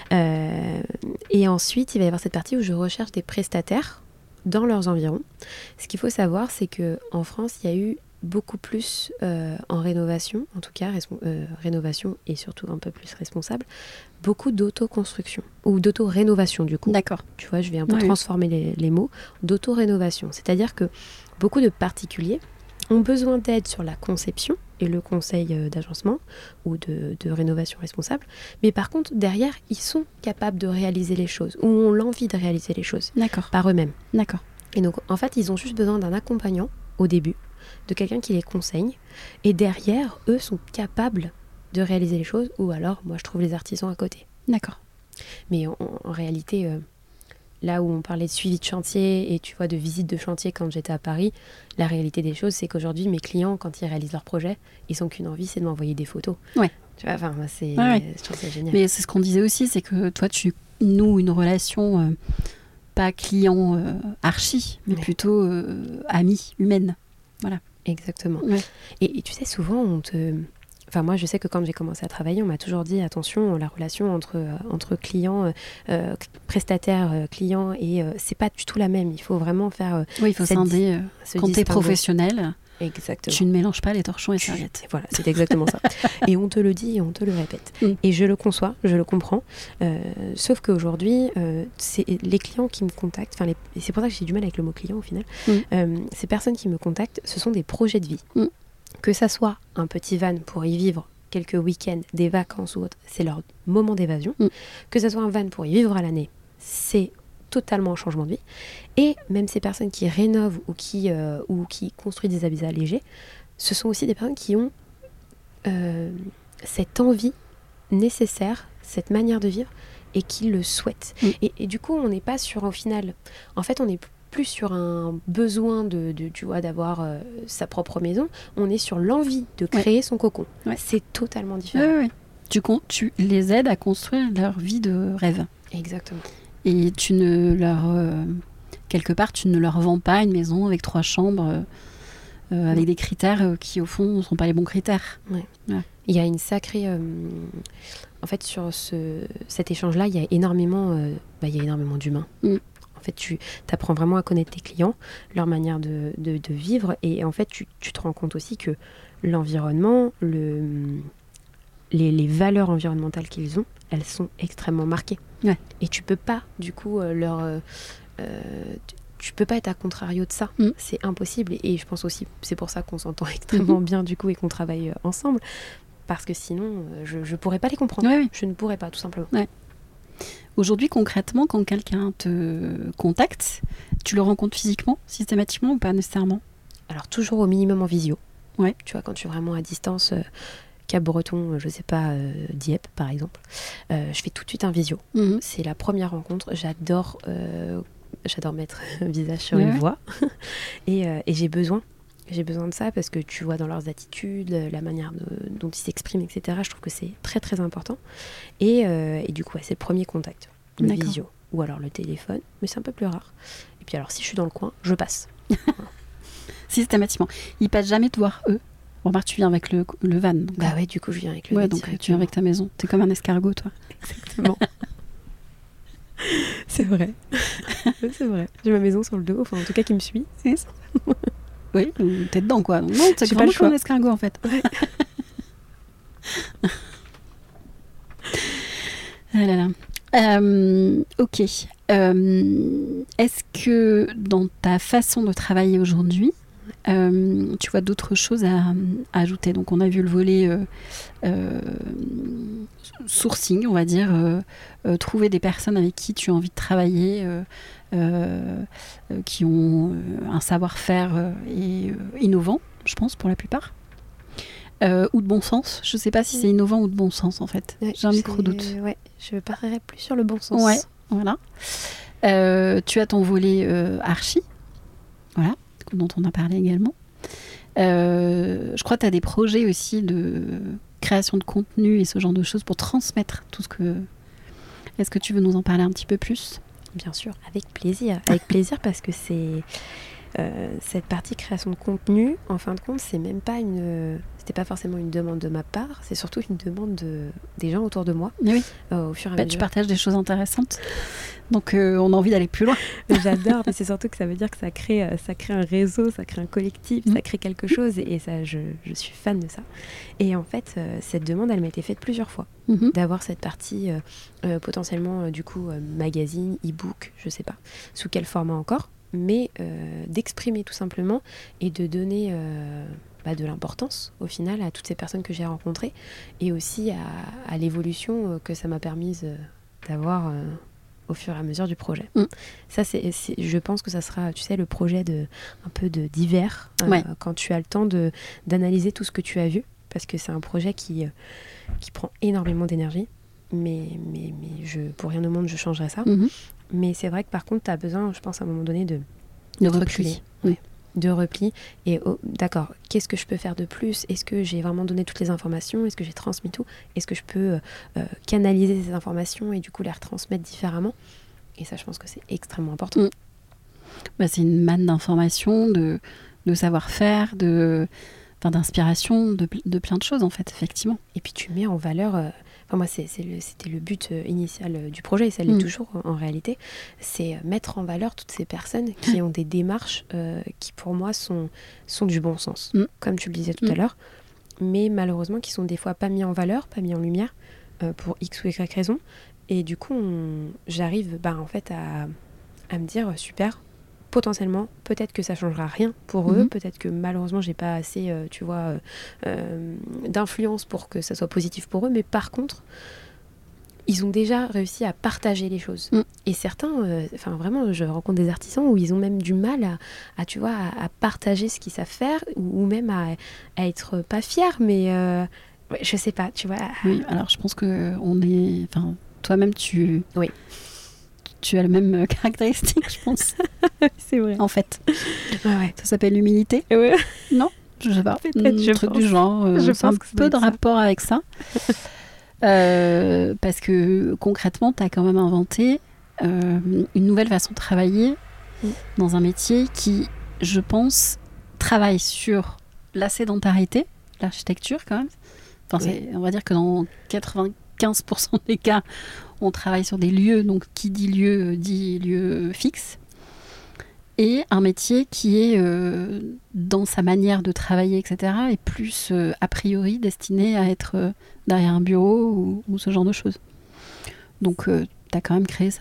Et ensuite, il va y avoir cette partie où je recherche des prestataires dans leurs environs. Ce qu'il faut savoir, c'est qu'en France, il y a eu beaucoup plus en rénovation, en tout cas rénovation et surtout un peu plus responsable, beaucoup d'autoconstruction ou d'auto-rénovation du coup. D'accord. Tu vois, je vais un peu transformer les mots, d'auto-rénovation. C'est-à-dire que beaucoup de particuliers ont besoin d'aide sur la conception et le conseil d'agencement ou de rénovation responsable, mais par contre derrière ils sont capables de réaliser les choses ou ont l'envie de réaliser les choses par eux-mêmes. D'accord. Et donc en fait ils ont juste besoin d'un accompagnant au début, de quelqu'un qui les conseille, et derrière, eux sont capables de réaliser les choses, ou alors, moi, je trouve les artisans à côté. D'accord. Mais en réalité, là où on parlait de suivi de chantier, et tu vois, de visite de chantier quand j'étais à Paris, la réalité des choses, c'est qu'aujourd'hui, mes clients, quand ils réalisent leur projet, ils n'ont qu'une envie, c'est de m'envoyer des photos. Ouais. Tu vois, enfin, je trouve ça génial. Mais c'est ce qu'on disait aussi, c'est que toi, tu noues une relation... pas client archi, mais plutôt ami, humaine. Voilà. Exactement. Ouais. Et tu sais, souvent, Enfin, moi, je sais que quand j'ai commencé à travailler, on m'a toujours dit, attention, la relation entre clients, prestataires, clients, et c'est pas du tout la même. Il faut vraiment faire... oui, il faut scinder. Quand tu es professionnel, exactement. Tu ne mélanges pas les torchons et serviettes. Voilà, c'est exactement ça. Et on te le dit et on te le répète. Et je le conçois, je le comprends. Sauf qu'aujourd'hui, c'est les clients qui me contactent, et c'est pour ça que j'ai du mal avec le mot client au final, ces personnes qui me contactent, ce sont des projets de vie. Que ça soit un petit van pour y vivre quelques week-ends, des vacances ou autre, c'est leur moment d'évasion. Que ça soit un van pour y vivre à l'année, c'est totalement un changement de vie. Et même ces personnes qui rénovent ou qui construisent des habitats légers, ce sont aussi des personnes qui ont cette envie nécessaire, cette manière de vivre, et qui le souhaitent. Et du coup, on n'est pas sur, au final, en fait, on est plus sur un besoin tu vois, d'avoir sa propre maison, on est sur l'envie de créer son cocon. C'est totalement différent. Tu les aides à construire leur vie de rêve. Exactement. Et tu ne leur... quelque part, tu ne leur vends pas une maison avec 3 chambres, avec des critères qui, au fond, ne sont pas les bons critères. Ouais. Il y a une sacrée... en fait, sur cet échange-là, il y a énormément d'humains. En fait, tu apprends vraiment à connaître tes clients, leur manière de vivre. Et en fait, tu te rends compte aussi que l'environnement, les valeurs environnementales qu'ils ont, elles sont extrêmement marquées. Et tu peux pas, du coup, tu peux pas être à contrario de ça. C'est impossible. Et je pense aussi, c'est pour ça qu'on s'entend extrêmement bien du coup et qu'on travaille ensemble. Parce que sinon, je pourrais pas les comprendre. Ouais, oui. Je ne pourrais pas, tout simplement. Ouais. Aujourd'hui, concrètement, quand quelqu'un te contacte, tu le rencontres physiquement, systématiquement ou pas nécessairement? Alors, toujours au minimum en visio. Ouais. Tu vois, quand tu es vraiment à distance, Cap-Breton, je sais pas, Dieppe, par exemple, je fais tout de suite un visio. C'est la première rencontre. J'adore mettre un visage sur une voix. Et j'ai besoin de ça parce que tu vois dans leurs attitudes, la manière dont ils s'expriment, etc. Je trouve que c'est très très important. Et du coup, c'est le premier contact, le visio. Ou alors le téléphone, mais c'est un peu plus rare. Et puis alors, si je suis dans le coin, je passe. Systématiquement. Ils passent jamais te voir, eux. Bon, remarque, tu viens avec le van. Donc, bah ouais, du coup, je viens avec le van. Ouais, donc tu viens avec ta maison. T'es comme un escargot, toi. Exactement. C'est vrai. C'est vrai. J'ai ma maison sur le dos, enfin en tout cas qui me suit. C'est ça. Oui, t'es dedans quoi. Non, c'est vraiment comme un escargot en fait. Ouais. Ah là là. Ok. Est-ce que dans ta façon de travailler aujourd'hui, tu vois d'autres choses à ajouter? Donc on a vu le volet sourcing, on va dire, trouver des personnes avec qui tu as envie de travailler, qui ont un savoir-faire innovant, je pense, pour la plupart. Ou de bon sens. Je ne sais pas si c'est innovant ou de bon sens, en fait. Ouais, j'ai un micro-doute. Ouais, je parlerai plus sur le bon sens. Ouais, voilà. Tu as ton volet archi, voilà, dont on a parlé également. Je crois que tu as des projets aussi de création de contenu et ce genre de choses pour transmettre tout ce que... Est-ce que tu veux nous en parler un petit peu plus ? Bien sûr, avec plaisir. Avec plaisir parce que c'est... cette partie création de contenu, en fin de compte, c'est même pas c'était pas forcément une demande de ma part, c'est surtout une demande des gens autour de moi. Oui. Au fur et à mesure. Tu partages des choses intéressantes, donc on a envie d'aller plus loin. J'adore, mais c'est surtout que ça veut dire que ça crée un réseau, ça crée un collectif, ça crée quelque chose, et ça, je suis fan de ça. Et en fait, cette demande, elle m'a été faite plusieurs fois, d'avoir cette partie potentiellement, du coup, magazine, e-book, je sais pas, sous quel format encore, mais d'exprimer tout simplement et de donner de l'importance au final à toutes ces personnes que j'ai rencontrées et aussi à l'évolution que ça m'a permise d'avoir au fur et à mesure du projet. Ça, je pense que ça sera, tu sais, le projet un peu d'hiver, quand tu as le temps d'analyser tout ce que tu as vu, parce que c'est un projet qui prend énormément d'énergie, mais pour rien au monde je changerai ça. Mais c'est vrai que par contre, tu as besoin, je pense, à un moment donné de reculer. Oui. De repli. Et d'accord, qu'est-ce que je peux faire de plus ? Est-ce que j'ai vraiment donné toutes les informations ? Est-ce que j'ai transmis tout ? Est-ce que je peux canaliser ces informations et du coup les retransmettre différemment ? Et ça, je pense que c'est extrêmement important. C'est une manne d'informations, de savoir-faire, d'inspiration, de plein de choses en fait, effectivement. Et puis tu mets en valeur... moi, c'était le but initial du projet, et ça l'est toujours en réalité, c'est mettre en valeur toutes ces personnes qui ont des démarches qui, pour moi, sont du bon sens, comme tu le disais tout à l'heure, mais malheureusement qui sont des fois pas mis en valeur, pas mis en lumière, pour X ou Y raison. Et du coup, j'arrive en fait à me dire, super, potentiellement, peut-être que ça changera rien pour eux, peut-être que malheureusement j'ai pas assez, d'influence pour que ça soit positif pour eux, mais par contre, ils ont déjà réussi à partager les choses. Et certains, vraiment, je rencontre des artisans où ils ont même du mal à partager ce qu'ils savent faire, ou même à être pas fiers, mais je sais pas, tu vois. Oui, alors je pense que toi-même tu... Oui. Tu as la même caractéristique, je pense. C'est vrai. En fait. Ouais. Ça s'appelle l'humilité. Ouais. Non, je sais pas. Peut-être, un truc du genre. C'est un peu de rapport avec ça. Parce que concrètement, tu as quand même inventé une nouvelle façon de travailler dans un métier qui, je pense, travaille sur la sédentarité, l'architecture quand même. On va dire que dans 95% des cas, on travaille sur des lieux, donc qui dit lieu fixe. Et un métier qui est, dans sa manière de travailler, etc., est plus a priori destiné à être derrière un bureau ou ce genre de choses. Donc, tu as quand même créé ça.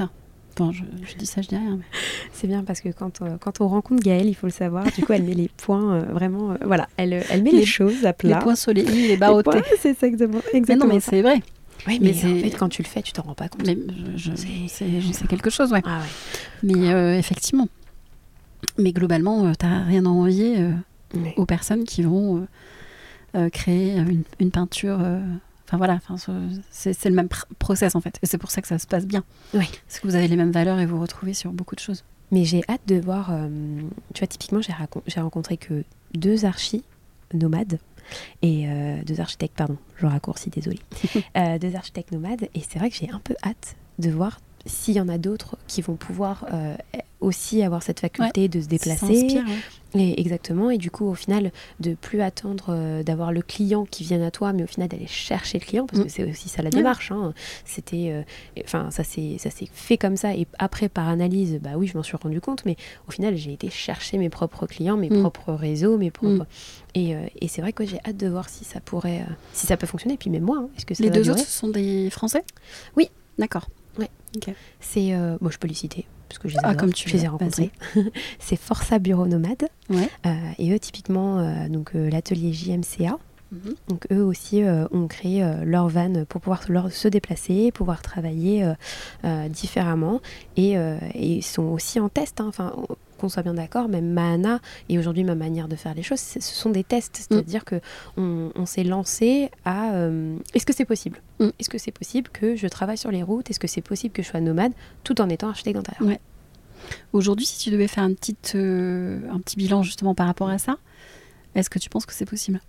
Enfin, je dis ça, je dis rien. Mais... C'est bien parce que quand on rencontre Gaëlle, il faut le savoir, du coup, elle met les points vraiment... voilà, elle met les choses à plat. Les points sur les i, les barres au T. C'est ça, exactement. Mais non, mais c'est vrai. Oui, mais en fait, quand tu le fais, tu t'en rends pas compte. Mais j'en sais quelque chose, ouais. Ah ouais. Mais effectivement. Mais globalement, t'as rien à envier aux personnes qui vont créer une peinture... Enfin voilà, c'est le même process en fait. Et c'est pour ça que ça se passe bien. Oui. Parce que vous avez les mêmes valeurs et vous vous retrouvez sur beaucoup de choses. Mais j'ai hâte de voir... tu vois, typiquement, j'ai rencontré que 2 archis nomades. Et 2 architectes, pardon, je raccourcis, désolée. 2 architectes nomades. Et c'est vrai que j'ai un peu hâte de voir s'il y en a d'autres qui vont pouvoir aussi avoir cette faculté de se déplacer. Et exactement, et du coup au final de plus attendre d'avoir le client qui vienne à toi, mais au final d'aller chercher le client, parce que c'est aussi ça la démarche, hein. C'était ça s'est fait comme ça, et après par analyse, bah oui, je m'en suis rendu compte, mais au final j'ai été chercher mes propres clients, mes propres réseaux, mes propres et c'est vrai que j'ai hâte de voir si ça pourrait si ça peut fonctionner, et puis même moi, hein, est-ce que ça les va 2 durer? autres sont des Français? Oui. D'accord. Ouais. Okay. C'est bon, je peux les citer parce que je les adore, comme tu je les ai rencontrés. C'est Força Bureau Nomade. Ouais. Et eux typiquement donc l'atelier JMCA. Donc eux aussi ont créé leur van pour pouvoir se déplacer, pouvoir travailler différemment, et ils sont aussi en test, hein. Enfin, qu'on soit bien d'accord, même Mahana et aujourd'hui ma manière de faire les choses, ce sont des tests, c'est-à-dire que on s'est lancé à est-ce que c'est possible, est-ce que c'est possible que je travaille sur les routes, est-ce que c'est possible que je sois nomade tout en étant architecte d'intérieur. Ouais. Aujourd'hui, si tu devais faire un petit bilan justement par rapport à ça, est-ce que tu penses que c'est possible?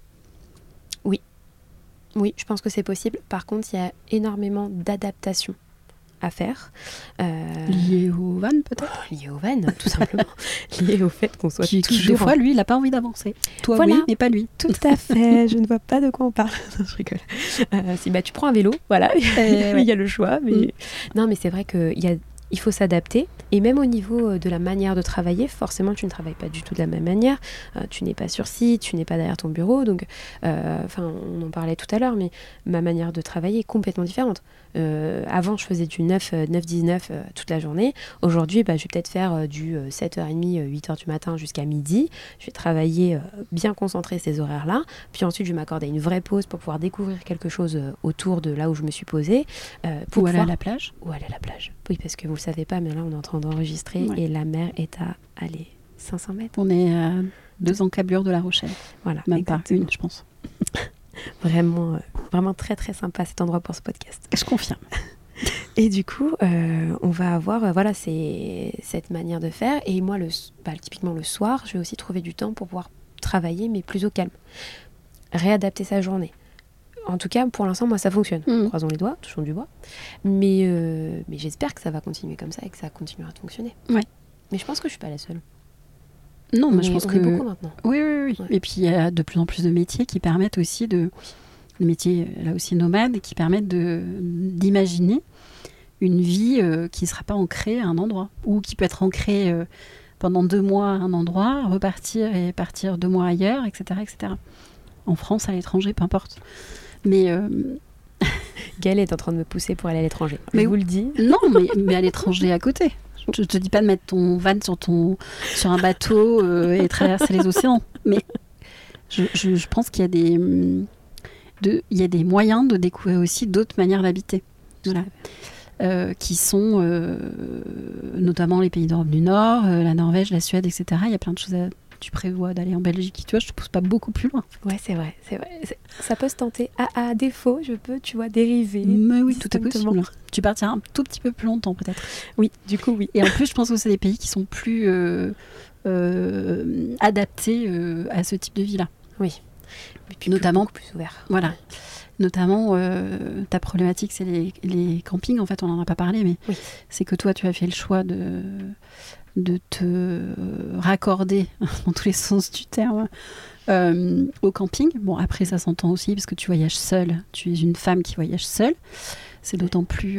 Oui, je pense que c'est possible. Par contre, il y a énormément d'adaptations à faire. Liées au van, peut-être? Liées au van, tout simplement. Liées au fait qu'on soit toujours... Des fois, lui, il n'a pas envie d'avancer. Toi, voilà. Oui, mais pas lui. Tout à fait. Je ne vois pas de quoi on parle. Non, je rigole. Si tu prends un vélo, voilà. Il y a le choix. Mais... Non, mais c'est vrai qu'il faut s'adapter, et même au niveau de la manière de travailler, forcément tu ne travailles pas du tout de la même manière, tu n'es pas sur site, tu n'es pas derrière ton bureau, donc on en parlait tout à l'heure, mais ma manière de travailler est complètement différente. Avant je faisais du 9-19 toute la journée, aujourd'hui je vais peut-être faire du 7h30, 8h du matin jusqu'à midi, je vais travailler bien concentré ces horaires-là, puis ensuite je vais m'accorder une vraie pause pour pouvoir découvrir quelque chose autour de là où je me suis posée. Ou aller à la plage. Ou aller à la plage. Oui, parce que vous le savez pas, mais là on est en train d'enregistrer et la mer est à 500 mètres. On est à 2 encablures de La Rochelle. Voilà, même pas une, je pense. Vraiment très très sympa cet endroit pour ce podcast. Je confirme. Et du coup, on va avoir cette manière de faire. Et moi, typiquement le soir, je vais aussi trouver du temps pour pouvoir travailler, mais plus au calme. Réadapter sa journée. En tout cas, pour l'instant, moi, ça fonctionne. Croisons les doigts, touchons du bois. Mais j'espère que ça va continuer comme ça et que ça continuera de fonctionner. Ouais. Mais je pense que je suis pas la seule. Non, mais je pense que... On est beaucoup maintenant. Oui. Ouais. Et puis, il y a de plus en plus de métiers qui permettent aussi de... Les métiers, là aussi, nomades, qui permettent d'imaginer une vie qui ne sera pas ancrée à un endroit. Ou qui peut être ancrée pendant 2 mois à un endroit, repartir et partir 2 mois ailleurs, etc., etc. En France, à l'étranger, peu importe. Mais... Gaëlle est en train de me pousser pour aller à l'étranger. Mais je vous le dis. Non, mais à l'étranger à côté. Je te dis pas de mettre ton van sur un bateau et traverser les océans. Mais je pense qu'il y a des moyens de découvrir aussi d'autres manières d'habiter. Voilà. Qui sont notamment les pays d'Europe du Nord, la Norvège, la Suède, etc. Il y a plein de choses tu prévois d'aller en Belgique, tu vois, je te pousse pas beaucoup plus loin. Ouais, c'est vrai. Ça peut se tenter. À défaut, je peux, tu vois, dériver. Mais oui, tout est possible. Tu partiras un tout petit peu plus longtemps, peut-être. Oui, du coup, oui. Et en plus, je pense que c'est des pays qui sont plus adaptés à ce type de vie-là. Oui. Et puis notamment plus ouvert. Voilà. Notamment, ta problématique, c'est les campings. En fait, on n'en a pas parlé, mais c'est que toi, tu as fait le choix de te raccorder, dans tous les sens du terme, au camping. Bon, après, ça s'entend aussi, parce que tu voyages seule. Tu es une femme qui voyage seule. C'est d'autant plus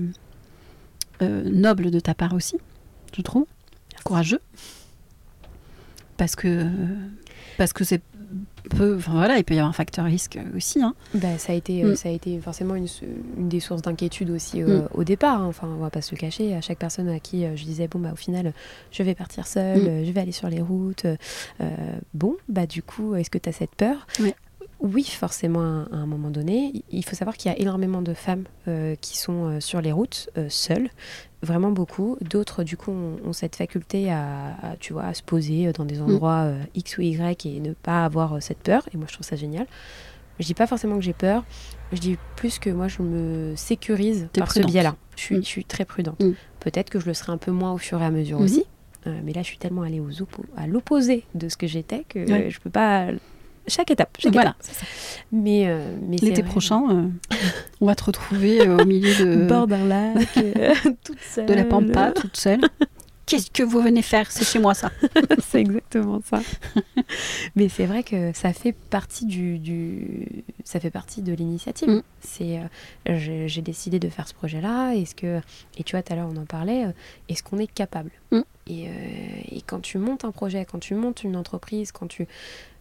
noble de ta part aussi, je trouve. Courageux. Parce que il peut y avoir un facteur risque aussi. Hein. Ça a été forcément une des sources d'inquiétude aussi au départ. Hein. Enfin, on va pas se le cacher. À chaque personne à qui je disais, au final, je vais partir seule, je vais aller sur les routes. Du coup, est-ce que tu as cette peur ? Oui, forcément, à un moment donné. Il faut savoir qu'il y a énormément de femmes qui sont sur les routes, seules. Vraiment beaucoup. D'autres, du coup, ont cette faculté à se poser dans des endroits X ou Y et ne pas avoir cette peur. Et moi, je trouve ça génial. Je dis pas forcément que j'ai peur. Je dis plus que moi, je me sécurise par ce biais-là. Je suis très prudente. Peut-être que je le serai un peu moins au fur et à mesure aussi. Mais là, je suis tellement allée à l'opposé de ce que j'étais que je peux pas... Chaque étape. Voilà. C'est ça. Mais l'été prochain, on va te retrouver au milieu de... bord d'un lac, toute seule. De la pampa, toute seule. Qu'est-ce que vous venez faire ? C'est chez moi, ça. C'est exactement ça. Mais c'est vrai que ça fait partie ça fait partie de l'initiative. J'ai décidé de faire ce projet-là. Et tu vois, tout à l'heure, on en parlait. Est-ce qu'on est capable ? Et quand tu montes un projet, quand tu montes une entreprise, quand tu...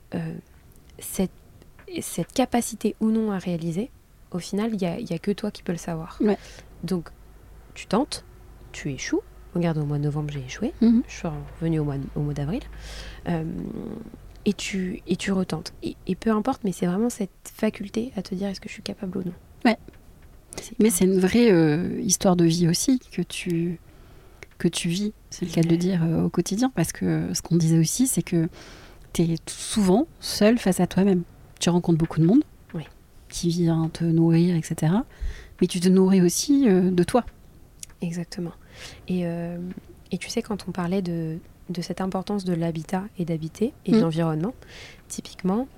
cette capacité ou non à réaliser, au final, il y a que toi qui peux le savoir. Donc, tu tentes, tu échoues. Regarde, au mois de novembre, j'ai échoué. Je suis revenue au mois d'avril. Et tu retentes. Et peu importe, mais c'est vraiment cette faculté à te dire est-ce que je suis capable ou non. Mais c'est une vraie histoire de vie aussi que tu vis, c'est le cas de le dire au quotidien. Parce que ce qu'on disait aussi, c'est que tu es souvent seule face à toi-même. Tu rencontres beaucoup de monde qui vient te nourrir, etc. Mais tu te nourris aussi de toi. Exactement. Et tu sais, quand on parlait de cette importance de l'habitat et d'habiter et de l'environnement, typiquement,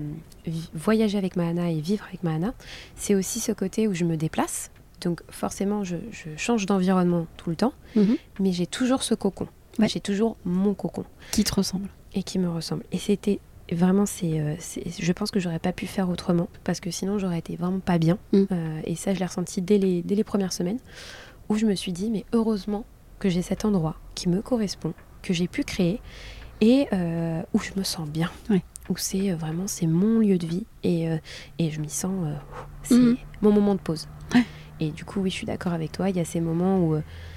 voyager avec Mahana et vivre avec Mahana, c'est aussi ce côté où je me déplace. Donc forcément, je change d'environnement tout le temps, mais j'ai toujours ce cocon. J'ai toujours mon cocon. Qui te ressemble. Et qui me ressemble. Et c'était vraiment, je pense que j'aurais pas pu faire autrement, parce que sinon j'aurais été vraiment pas bien. Et ça, je l'ai ressenti dès les premières semaines, où je me suis dit, mais heureusement que j'ai cet endroit qui me correspond, que j'ai pu créer, et où je me sens bien. Où c'est mon lieu de vie, et je m'y sens, c'est mon moment de pause. Et du coup, oui, je suis d'accord avec toi, il y a ces moments où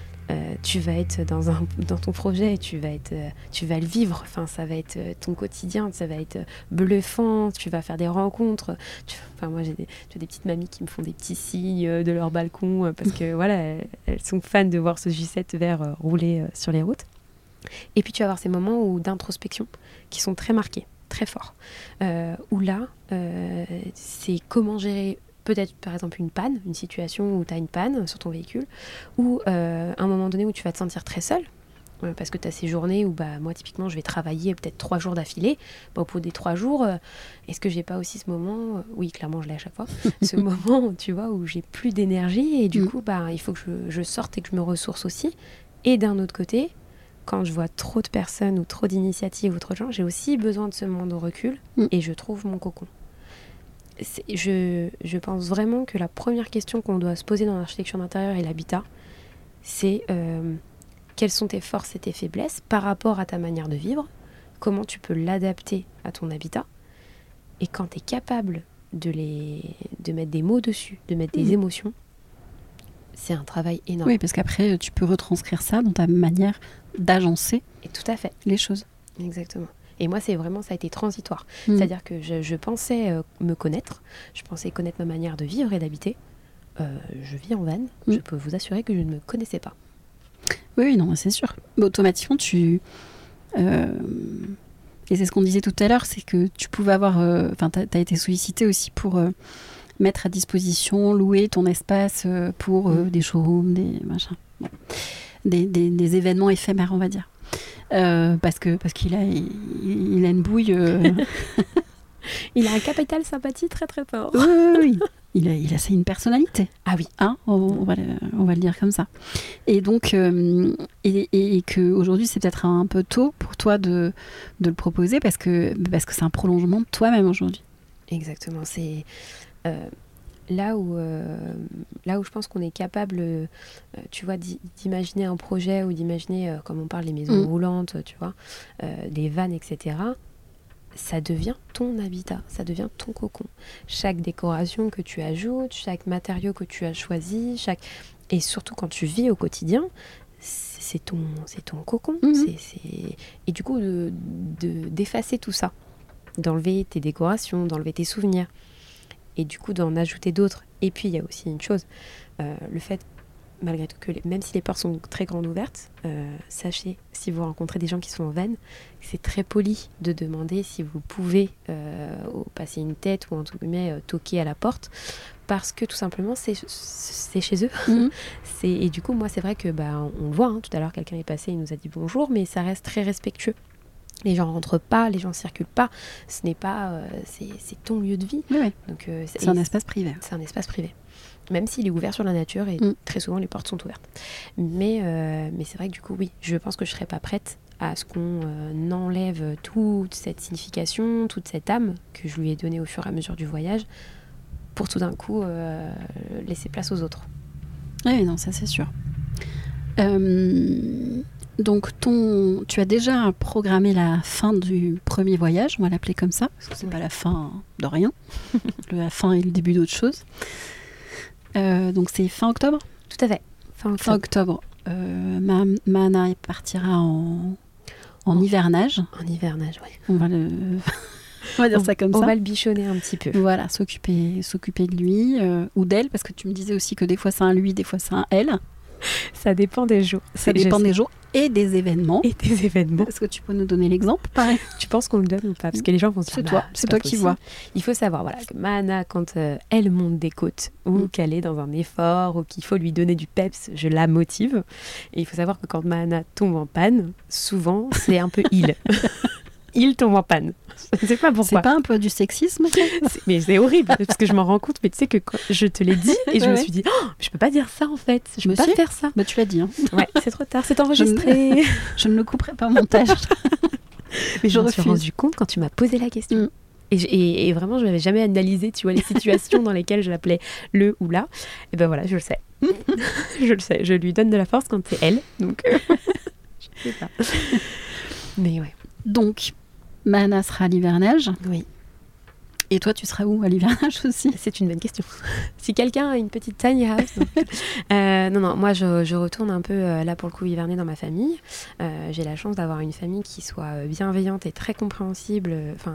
tu vas être dans ton projet, tu vas le vivre, enfin, ça va être ton quotidien, ça va être bluffant, tu vas faire des rencontres. Moi, j'ai des petites mamies qui me font des petits signes de leur balcon parce que voilà, elles sont fans de voir ce J7 vert rouler sur les routes. Et puis tu vas avoir ces moments d'introspection qui sont très marqués, très forts, où là, c'est comment gérer peut-être par exemple une panne, une situation où tu as une panne sur ton véhicule, ou un moment donné où tu vas te sentir très seul, parce que tu as ces journées où moi typiquement je vais travailler peut-être 3 jours d'affilée. Au bout des 3 jours, est-ce que j'ai pas aussi ce moment, oui clairement je l'ai à chaque fois, ce moment tu vois, où j'ai plus d'énergie et du coup il faut que je sorte et que je me ressource aussi. Et d'un autre côté, quand je vois trop de personnes ou trop d'initiatives ou trop de gens, j'ai aussi besoin de ce moment de recul et je trouve mon cocon. Je pense vraiment que la première question qu'on doit se poser dans l'architecture d'intérieur et l'habitat, c'est quelles sont tes forces et tes faiblesses par rapport à ta manière de vivre, comment tu peux l'adapter à ton habitat, et quand tu es capable de mettre des mots dessus, de mettre des émotions, c'est un travail énorme. Oui, parce qu'après, tu peux retranscrire ça dans ta manière d'agencer et tout à fait les choses. Exactement. Et moi, ça a été transitoire. C'est-à-dire que je pensais me connaître, je pensais connaître ma manière de vivre et d'habiter. Je vis en van, je peux vous assurer que je ne me connaissais pas. Oui, non, c'est sûr. Mais automatiquement, et c'est ce qu'on disait tout à l'heure, c'est que tu pouvais avoir... t'as été sollicité aussi pour mettre à disposition, louer ton espace pour des showrooms, des machins. Bon. Des événements éphémères, on va dire. Parce qu'il a une bouille. Il a un capital sympathie très très fort. Oui. Il a c'est une personnalité. Ah oui. Hein, on va le dire comme ça. Et donc, et qu'aujourd'hui, c'est peut-être un peu tôt pour toi de le proposer parce que c'est un prolongement de toi-même aujourd'hui. Exactement. C'est là où je pense qu'on est capable, tu vois, d'imaginer un projet ou d'imaginer, comme on parle, les maisons roulantes, tu vois, des vannes, etc. ça devient ton habitat, ça devient ton cocon. Chaque décoration que tu ajoutes, chaque matériau que tu as choisi, et surtout quand tu vis au quotidien, c'est ton cocon. Et du coup, d'effacer tout ça, d'enlever tes décorations, d'enlever tes souvenirs, et du coup d'en ajouter d'autres. Et puis il y a aussi une chose, le fait, malgré tout, que même si les portes sont très grandes ouvertes, sachez, si vous rencontrez des gens qui sont en van, c'est très poli de demander si vous pouvez passer une tête ou entre guillemets toquer à la porte, parce que tout simplement c'est chez eux. Et du coup moi c'est vrai que on le voit, tout à l'heure quelqu'un est passé, il nous a dit bonjour, mais ça reste très respectueux. Les gens rentrent pas, les gens circulent pas. Ce n'est pas, c'est ton lieu de vie. Oui. Donc c'est un espace privé. C'est un espace privé, même s'il est ouvert sur la nature et très souvent les portes sont ouvertes. Mais c'est vrai que du coup oui, je pense que je serais pas prête à ce qu'on enlève toute cette signification, toute cette âme que je lui ai donnée au fur et à mesure du voyage, pour tout d'un coup laisser place aux autres. Oui, non, ça c'est sûr. Donc, tu as déjà programmé la fin du premier voyage, on va l'appeler comme ça, parce que c'est pas la fin de rien, la fin et le début d'autre chose. Donc, c'est fin octobre ? Tout à fait, fin octobre. Mahana partira en hivernage. En hivernage, oui. On va dire ça comme ça. On va le bichonner un petit peu. Voilà, s'occuper de lui ou d'elle, parce que tu me disais aussi que des fois c'est un lui, des fois c'est un elle. Ça dépend des jours. Ça dépend des jours et des événements. Est-ce que tu peux nous donner l'exemple, pareil ? Tu penses qu'on le donne ou pas ? Parce que les gens vont se dire, c'est toi qui vois. Il faut savoir que Mahana, quand elle monte des côtes ou qu'elle est dans un effort ou qu'il faut lui donner du peps, je la motive. Et il faut savoir que quand Mahana tombe en panne, souvent c'est un peu il. Il tombe en panne. Je ne sais pas pourquoi. C'est pas un peu du sexisme ? Mais c'est horrible, parce que je m'en rends compte. Mais tu sais que quand je te l'ai dit, et je me suis dit, je peux pas dire ça en fait. Je peux pas faire ça. Tu l'as dit. Ouais, c'est trop tard, c'est enregistré. Je ne le couperai pas au montage. Mais je me suis rendu compte quand tu m'as posé la question. Et vraiment, je n'avais jamais analysé, tu vois, les situations dans lesquelles je l'appelais le ou la. Et ben voilà, je le sais. Je le sais. Je lui donne de la force quand c'est elle. Donc, je sais pas. Mais ouais. Donc, Mahana sera à l'hivernage. Oui. Et toi, tu seras où à l'hivernage aussi ? C'est une bonne question. Si quelqu'un a une petite tiny house... Non, moi je retourne un peu là pour le coup hiverner dans ma famille. J'ai la chance d'avoir une famille qui soit bienveillante et très compréhensive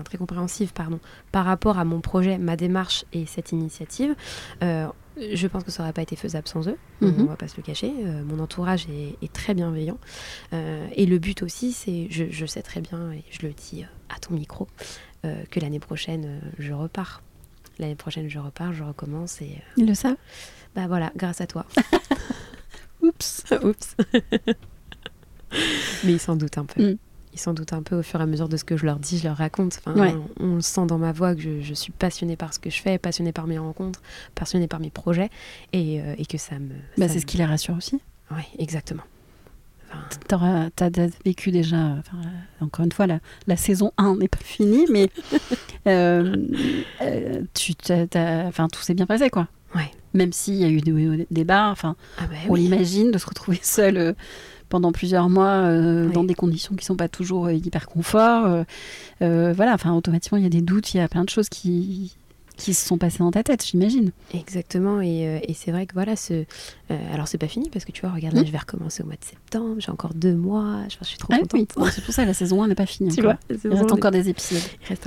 par rapport à mon projet, ma démarche et cette initiative. Je pense que ça n'aurait pas été faisable sans eux, on va pas se le cacher. Mon entourage est très bienveillant. Et le but aussi, c'est, je sais très bien, et je le dis à ton micro, que l'année prochaine, je repars. L'année prochaine, je repars, je recommence. Et, Ils le savent ? Bah voilà, grâce à toi. Oups. Mais ils s'en doutent un peu. Ils s'en doutent un peu au fur et à mesure de ce que je leur dis, je leur raconte. On le sent dans ma voix que je suis passionnée par ce que je fais, passionnée par mes rencontres, passionnée par mes projets, et que ça me... c'est ce qui les rassure aussi. Oui, exactement. T'as vécu déjà, encore une fois, la saison 1 n'est pas finie, mais tout s'est bien passé, quoi. Ouais. Même s'il y a eu des bas, on l'imagine, de se retrouver seul pendant plusieurs mois dans des conditions qui ne sont pas toujours hyper confort. Automatiquement, il y a des doutes, il y a plein de choses qui se sont passées dans ta tête, j'imagine. Exactement, et c'est vrai que voilà, alors c'est pas fini, parce que tu vois, regarde, là je vais recommencer au mois de septembre, j'ai encore 2 mois, je suis trop contente. Oui. C'est pour ça, la saison 1 n'est pas finie. Tu vois, il reste encore des épisodes.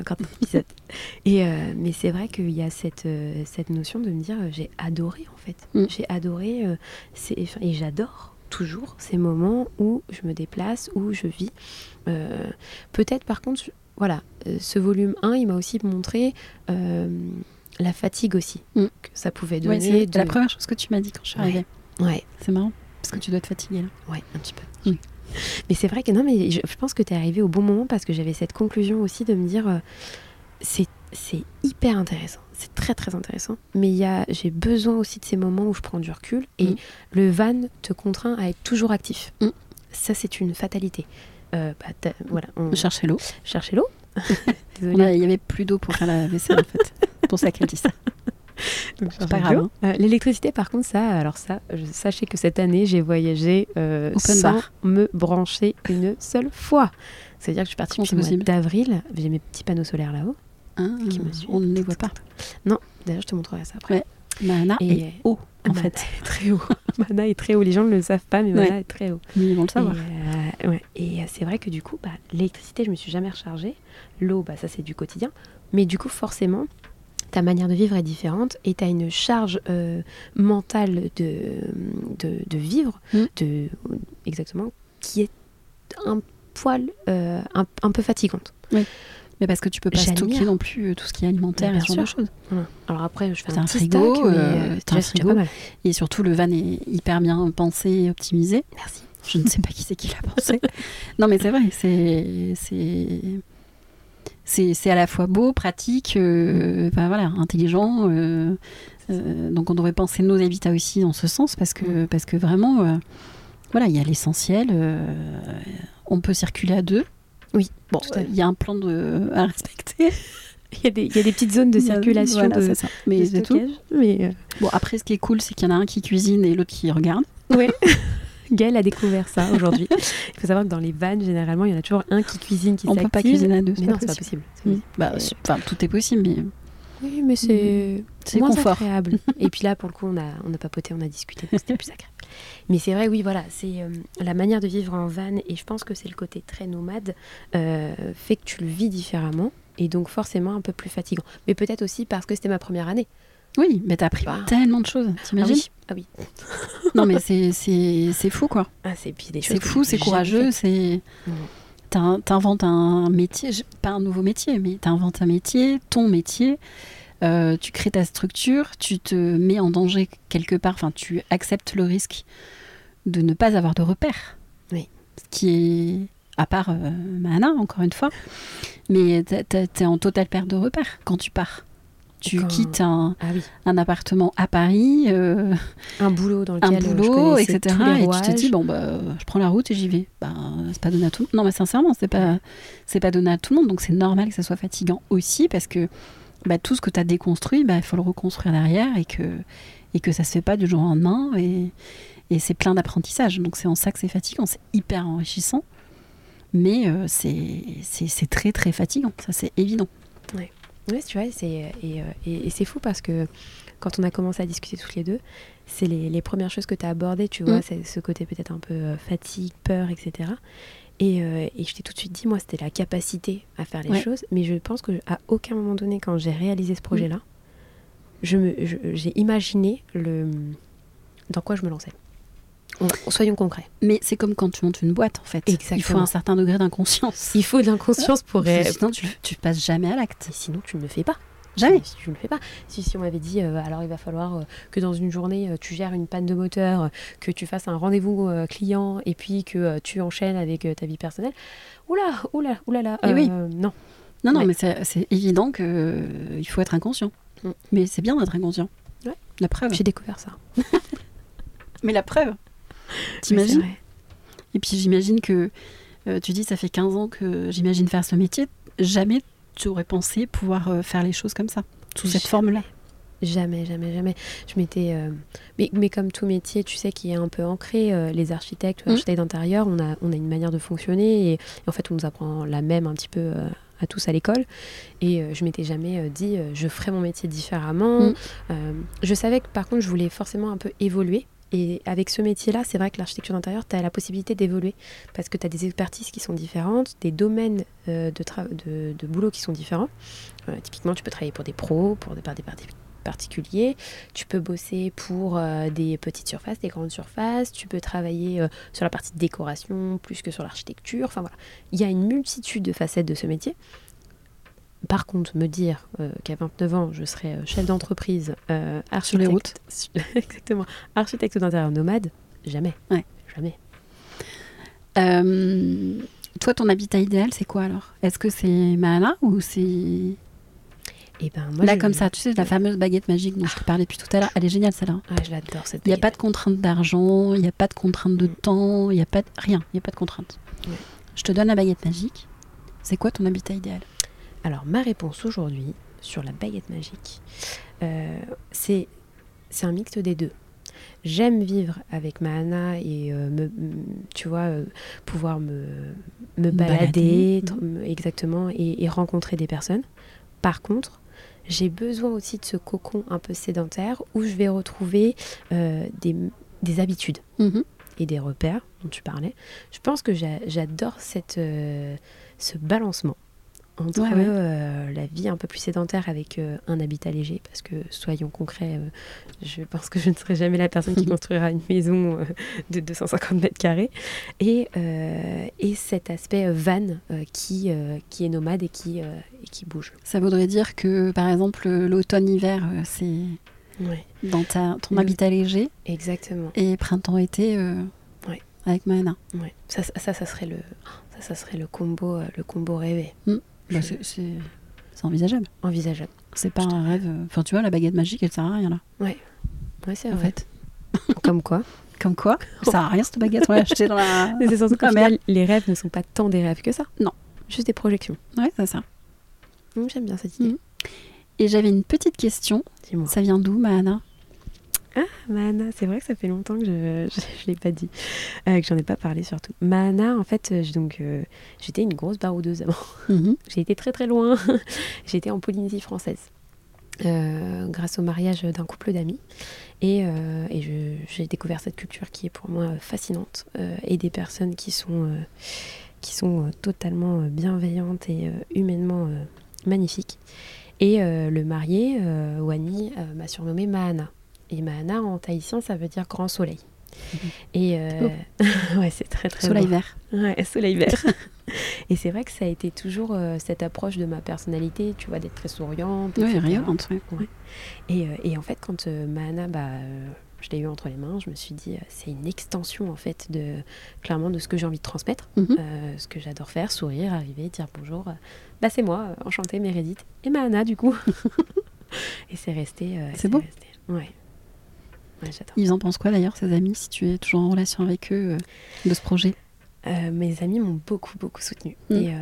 Mais c'est vrai qu'il y a cette notion de me dire, j'ai adoré en fait. J'ai adoré, et j'adore toujours ces moments où je me déplace, où je vis. Peut-être par contre... Voilà, ce volume 1, il m'a aussi montré la fatigue aussi, que ça pouvait donner. C'est la première chose que tu m'as dit quand je suis arrivée. Ouais. C'est marrant, parce que tu dois être fatiguée là. Ouais, un petit peu. Mais c'est vrai que je pense que tu es arrivée au bon moment, parce que j'avais cette conclusion aussi de me dire, c'est hyper intéressant, c'est très très intéressant, mais j'ai besoin aussi de ces moments où je prends du recul, et le van te contraint à être toujours actif. Ça, c'est une fatalité. Chercher l'eau. Désolée. Il n'y avait plus d'eau pour faire la vaisselle en fait. C'est pour ça qu'elle dit ça. Donc, c'est pas grave. L'électricité, par contre, sachez que cette année, j'ai voyagé sans me brancher une seule fois. C'est-à-dire que je suis partie Comment depuis le c'est mois d'avril. J'ai mes petits panneaux solaires là-haut. Qui me suivent. On ne les voit pas. Non, d'ailleurs, je te montrerai ça après. Ouais. Mana est haut, en fait. Est très haut. Mana est très haut. Les gens ne le savent pas, mais Mana est très haut. Mais ils vont le savoir. Et c'est vrai que du coup, l'électricité, je me suis jamais rechargée. L'eau, ça c'est du quotidien. Mais du coup, forcément, ta manière de vivre est différente et tu as une charge mentale de vivre, exactement, qui est un poil, un peu fatigante. Oui. Mais parce que tu peux pas stocker non plus tout ce qui est alimentaire et ce genre de choses. Voilà. Alors après, je fais un frigo, stock, mais c'est pas mal. Et surtout, le van est hyper bien pensé et optimisé. Merci. Je ne sais pas qui c'est qui l'a pensé. Non, mais c'est vrai, c'est à la fois beau, pratique, intelligent. Donc on devrait penser nos habitats aussi dans ce sens parce que vraiment, il y a l'essentiel. On peut circuler à deux. Oui, bon, il y a un plan à respecter. Il y a des petites zones de circulation, c'est ça. Mais c'est tout. Bon, après, ce qui est cool, c'est qu'il y en a un qui cuisine et l'autre qui regarde. Oui. Gaëlle a découvert ça aujourd'hui. Il faut savoir que dans les vannes, généralement, il y en a toujours un qui cuisine, qui s'active. On peut pas cuisiner à deux. Mais non, c'est pas possible. Tout est possible, mais... Oui, mais c'est moins confort. Agréable. Et puis là, pour le coup, on a papoté, on a discuté, donc c'était plus agréable. Mais c'est vrai, oui, voilà, c'est la manière de vivre en van, et je pense que c'est le côté très nomade, fait que tu le vis différemment, et donc forcément un peu plus fatigant. Mais peut-être aussi parce que c'était ma première année. Oui, mais t'as appris tellement de choses, t'imagines ? Ah oui. Non, mais c'est fou, quoi. C'est fou, c'est courageux, T'inventes un métier, pas un nouveau métier, mais t'inventes un métier, ton métier, tu crées ta structure, tu te mets en danger quelque part, tu acceptes le risque de ne pas avoir de repères. Oui. Ce qui est, à part Mana, encore une fois, mais t'es en totale perte de repères quand tu pars. Tu quittes un appartement à Paris, un boulot dans lequel je connaissais etc. Tous les rouages. Et tu te dis je prends la route et j'y vais. C'est pas donné à tout le monde. Non, mais sincèrement, c'est pas donné à tout le monde. Donc c'est normal que ça soit fatigant aussi parce que tout ce que tu as déconstruit, il faut le reconstruire derrière et que ça se fait pas du jour au lendemain et c'est plein d'apprentissage. Donc c'est en ça que c'est fatigant. C'est hyper enrichissant, mais c'est très très fatigant. Ça c'est évident. Ouais. Oui, tu vois, et c'est fou parce que quand on a commencé à discuter toutes les deux, c'est les premières choses que tu as abordées, tu vois, c'est ce côté peut-être un peu fatigue, peur, etc. Et je t'ai tout de suite dit, moi, c'était la capacité à faire les choses, mais je pense qu'à aucun moment donné, quand j'ai réalisé ce projet-là, j'ai imaginé dans quoi je me lançais. Soyons concrets. Mais c'est comme quand tu montes une boîte, en fait. Exactement. Il faut un certain degré d'inconscience. Il faut de l'inconscience pour... Sinon, tu passes jamais à l'acte. Et sinon, tu ne le fais pas. Jamais. Si tu ne le fais pas. Si on m'avait dit, alors il va falloir que dans une journée, tu gères une panne de moteur, que tu fasses un rendez-vous client, et puis que tu enchaînes avec ta vie personnelle. Oula. Oui. Non. Non, mais c'est évident qu'il faut être inconscient. Mais c'est bien d'être inconscient. Ouais. La preuve. J'ai découvert ça. Mais la preuve. T'imagines ? Et puis j'imagine que tu dis ça fait 15 ans que j'imagine faire ce métier. Jamais tu aurais pensé pouvoir faire les choses comme ça, sous cette forme-là. Jamais. Je m'étais... Mais comme tout métier, tu sais, qui est un peu ancré, les architectes d'intérieur, on a une manière de fonctionner et en fait on nous apprend la même un petit peu à tous à l'école et je m'étais jamais dit je ferais mon métier différemment. Je savais que par contre je voulais forcément un peu évoluer. Et avec ce métier-là, c'est vrai que l'architecture d'intérieur, tu as la possibilité d'évoluer parce que tu as des expertises qui sont différentes, des domaines de boulot qui sont différents. Typiquement, tu peux travailler pour des pros, pour des particuliers. Tu peux bosser pour des petites surfaces, des grandes surfaces. Tu peux travailler sur la partie de décoration plus que sur l'architecture. Enfin voilà, il y a une multitude de facettes de ce métier. Par contre, me dire qu'à 29 ans, je serai chef d'entreprise, architecte... Sur les routes. Exactement. Architecte d'intérieur nomade, jamais. Ouais. Jamais. Toi, ton habitat idéal, c'est quoi alors ? Est-ce que c'est Mana ou c'est... Moi, là, comme ça, tu sais, la fameuse baguette magique dont je te parlais depuis tout à l'heure, elle est géniale, celle-là. Ouais, je l'adore, cette baguette. Il n'y a pas de contrainte d'argent, il n'y a pas de contrainte de temps, il n'y a pas de... rien, il n'y a pas de contrainte. Ouais. Je te donne la baguette magique. C'est quoi ton habitat idéal ? Alors, ma réponse aujourd'hui, sur la baguette magique, c'est un mix des deux. j'aime vivre avec Mahana et pouvoir me balader exactement et rencontrer des personnes. Par contre, j'ai besoin aussi de ce cocon un peu sédentaire où je vais retrouver des habitudes et des repères dont tu parlais. Je pense que j'adore ce balancement entre la vie un peu plus sédentaire avec un habitat léger, parce que soyons concrets, je pense que je ne serai jamais la personne qui construira une maison de 250 mètres carrés, et cet aspect van qui est nomade et qui bouge. Ça voudrait dire que par exemple l'automne-hiver c'est dans ton habitat léger. Exactement. Et printemps-été avec Mahana. Ouais. Ça serait le combo rêvé. Bah, c'est envisageable. Envisageable. C'est pas un rêve. Enfin, tu vois, la baguette magique, elle sert à rien là. Ouais, c'est vrai. En fait. Comme quoi. Ça sert à rien cette baguette, on l'a achetée dans la. Mais c'est surtout qu'au final, les rêves ne sont pas tant des rêves que ça. Non. Juste des projections. Ouais, c'est ça. J'aime bien cette idée. Et j'avais une petite question. Dis-moi. Ça vient d'où, Mahana ? Ah, Mahana, c'est vrai que ça fait longtemps que je ne l'ai pas dit, que j'en ai pas parlé surtout. Mahana, en fait, j'étais une grosse baroudeuse avant. J'ai été très très loin. J'étais en Polynésie française, grâce au mariage d'un couple d'amis. Et j'ai découvert cette culture qui est pour moi fascinante, et des personnes qui sont totalement bienveillantes et humainement magnifiques. Et le marié, Wani, m'a surnommée Mahana. Et Mahana, en tahitien, ça veut dire grand soleil. Et ouais, c'est très très soleil beau. Vert. Ouais, soleil vert. Et c'est vrai que ça a été toujours cette approche de ma personnalité, tu vois, d'être très souriante. Oui, etc. rayonnante. Ouais. Et en fait, quand Mahana, je l'ai eu entre les mains, je me suis dit, c'est une extension en fait clairement de ce que j'ai envie de transmettre, ce que j'adore faire, sourire, arriver, dire bonjour. C'est moi, enchantée, Meredith. Et Mahana, du coup. Et c'est resté. C'est beau. Resté. Ouais. Ouais, j'adore. Ils en pensent quoi d'ailleurs, ces amis, si tu es toujours en relation avec eux, de ce projet ? Mes amis m'ont beaucoup soutenue. Et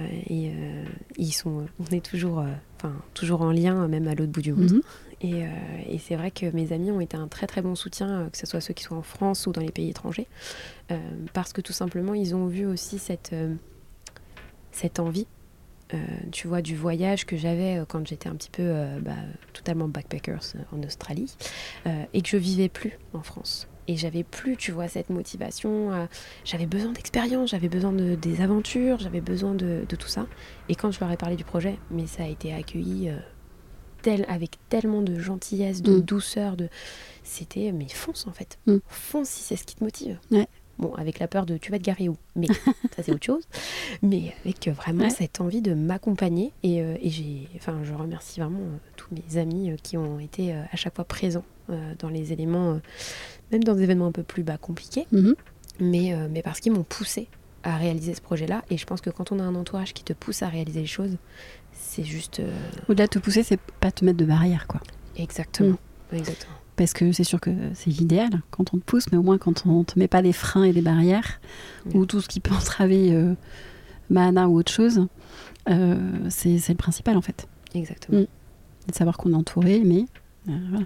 on est toujours en lien, même à l'autre bout du monde. Et c'est vrai que mes amis ont été un très très bon soutien, que ce soit ceux qui sont en France ou dans les pays étrangers, parce que tout simplement ils ont vu aussi cette envie, tu vois, du voyage que j'avais quand j'étais un petit peu totalement backpackers en Australie, et que je vivais plus en France. Et j'avais plus, tu vois, cette motivation. J'avais besoin d'expérience, j'avais besoin des aventures, j'avais besoin de tout ça. Et quand je leur ai parlé du projet, mais ça a été accueilli avec tellement de gentillesse, de douceur. C'était, mais fonce en fait. Fonce si c'est ce qui te motive. Ouais. Bon, avec la peur de tu vas te garer où, mais ça c'est autre chose. Mais avec vraiment cette envie de m'accompagner. Et je remercie vraiment tous mes amis qui ont été à chaque fois présents dans les éléments, même dans des événements un peu plus compliqués, mais parce qu'ils m'ont poussé à réaliser ce projet-là. Et je pense que quand on a un entourage qui te pousse à réaliser les choses, c'est juste... Au-delà de te pousser, c'est pas te mettre de barrière, quoi. Exactement. Exactement. Parce que c'est sûr que c'est l'idéal quand on te pousse, mais au moins quand on te met pas des freins et des barrières, ou tout ce qui peut entraver Mahana ou autre chose, c'est le principal en fait. Exactement. De savoir qu'on est entouré, mais voilà.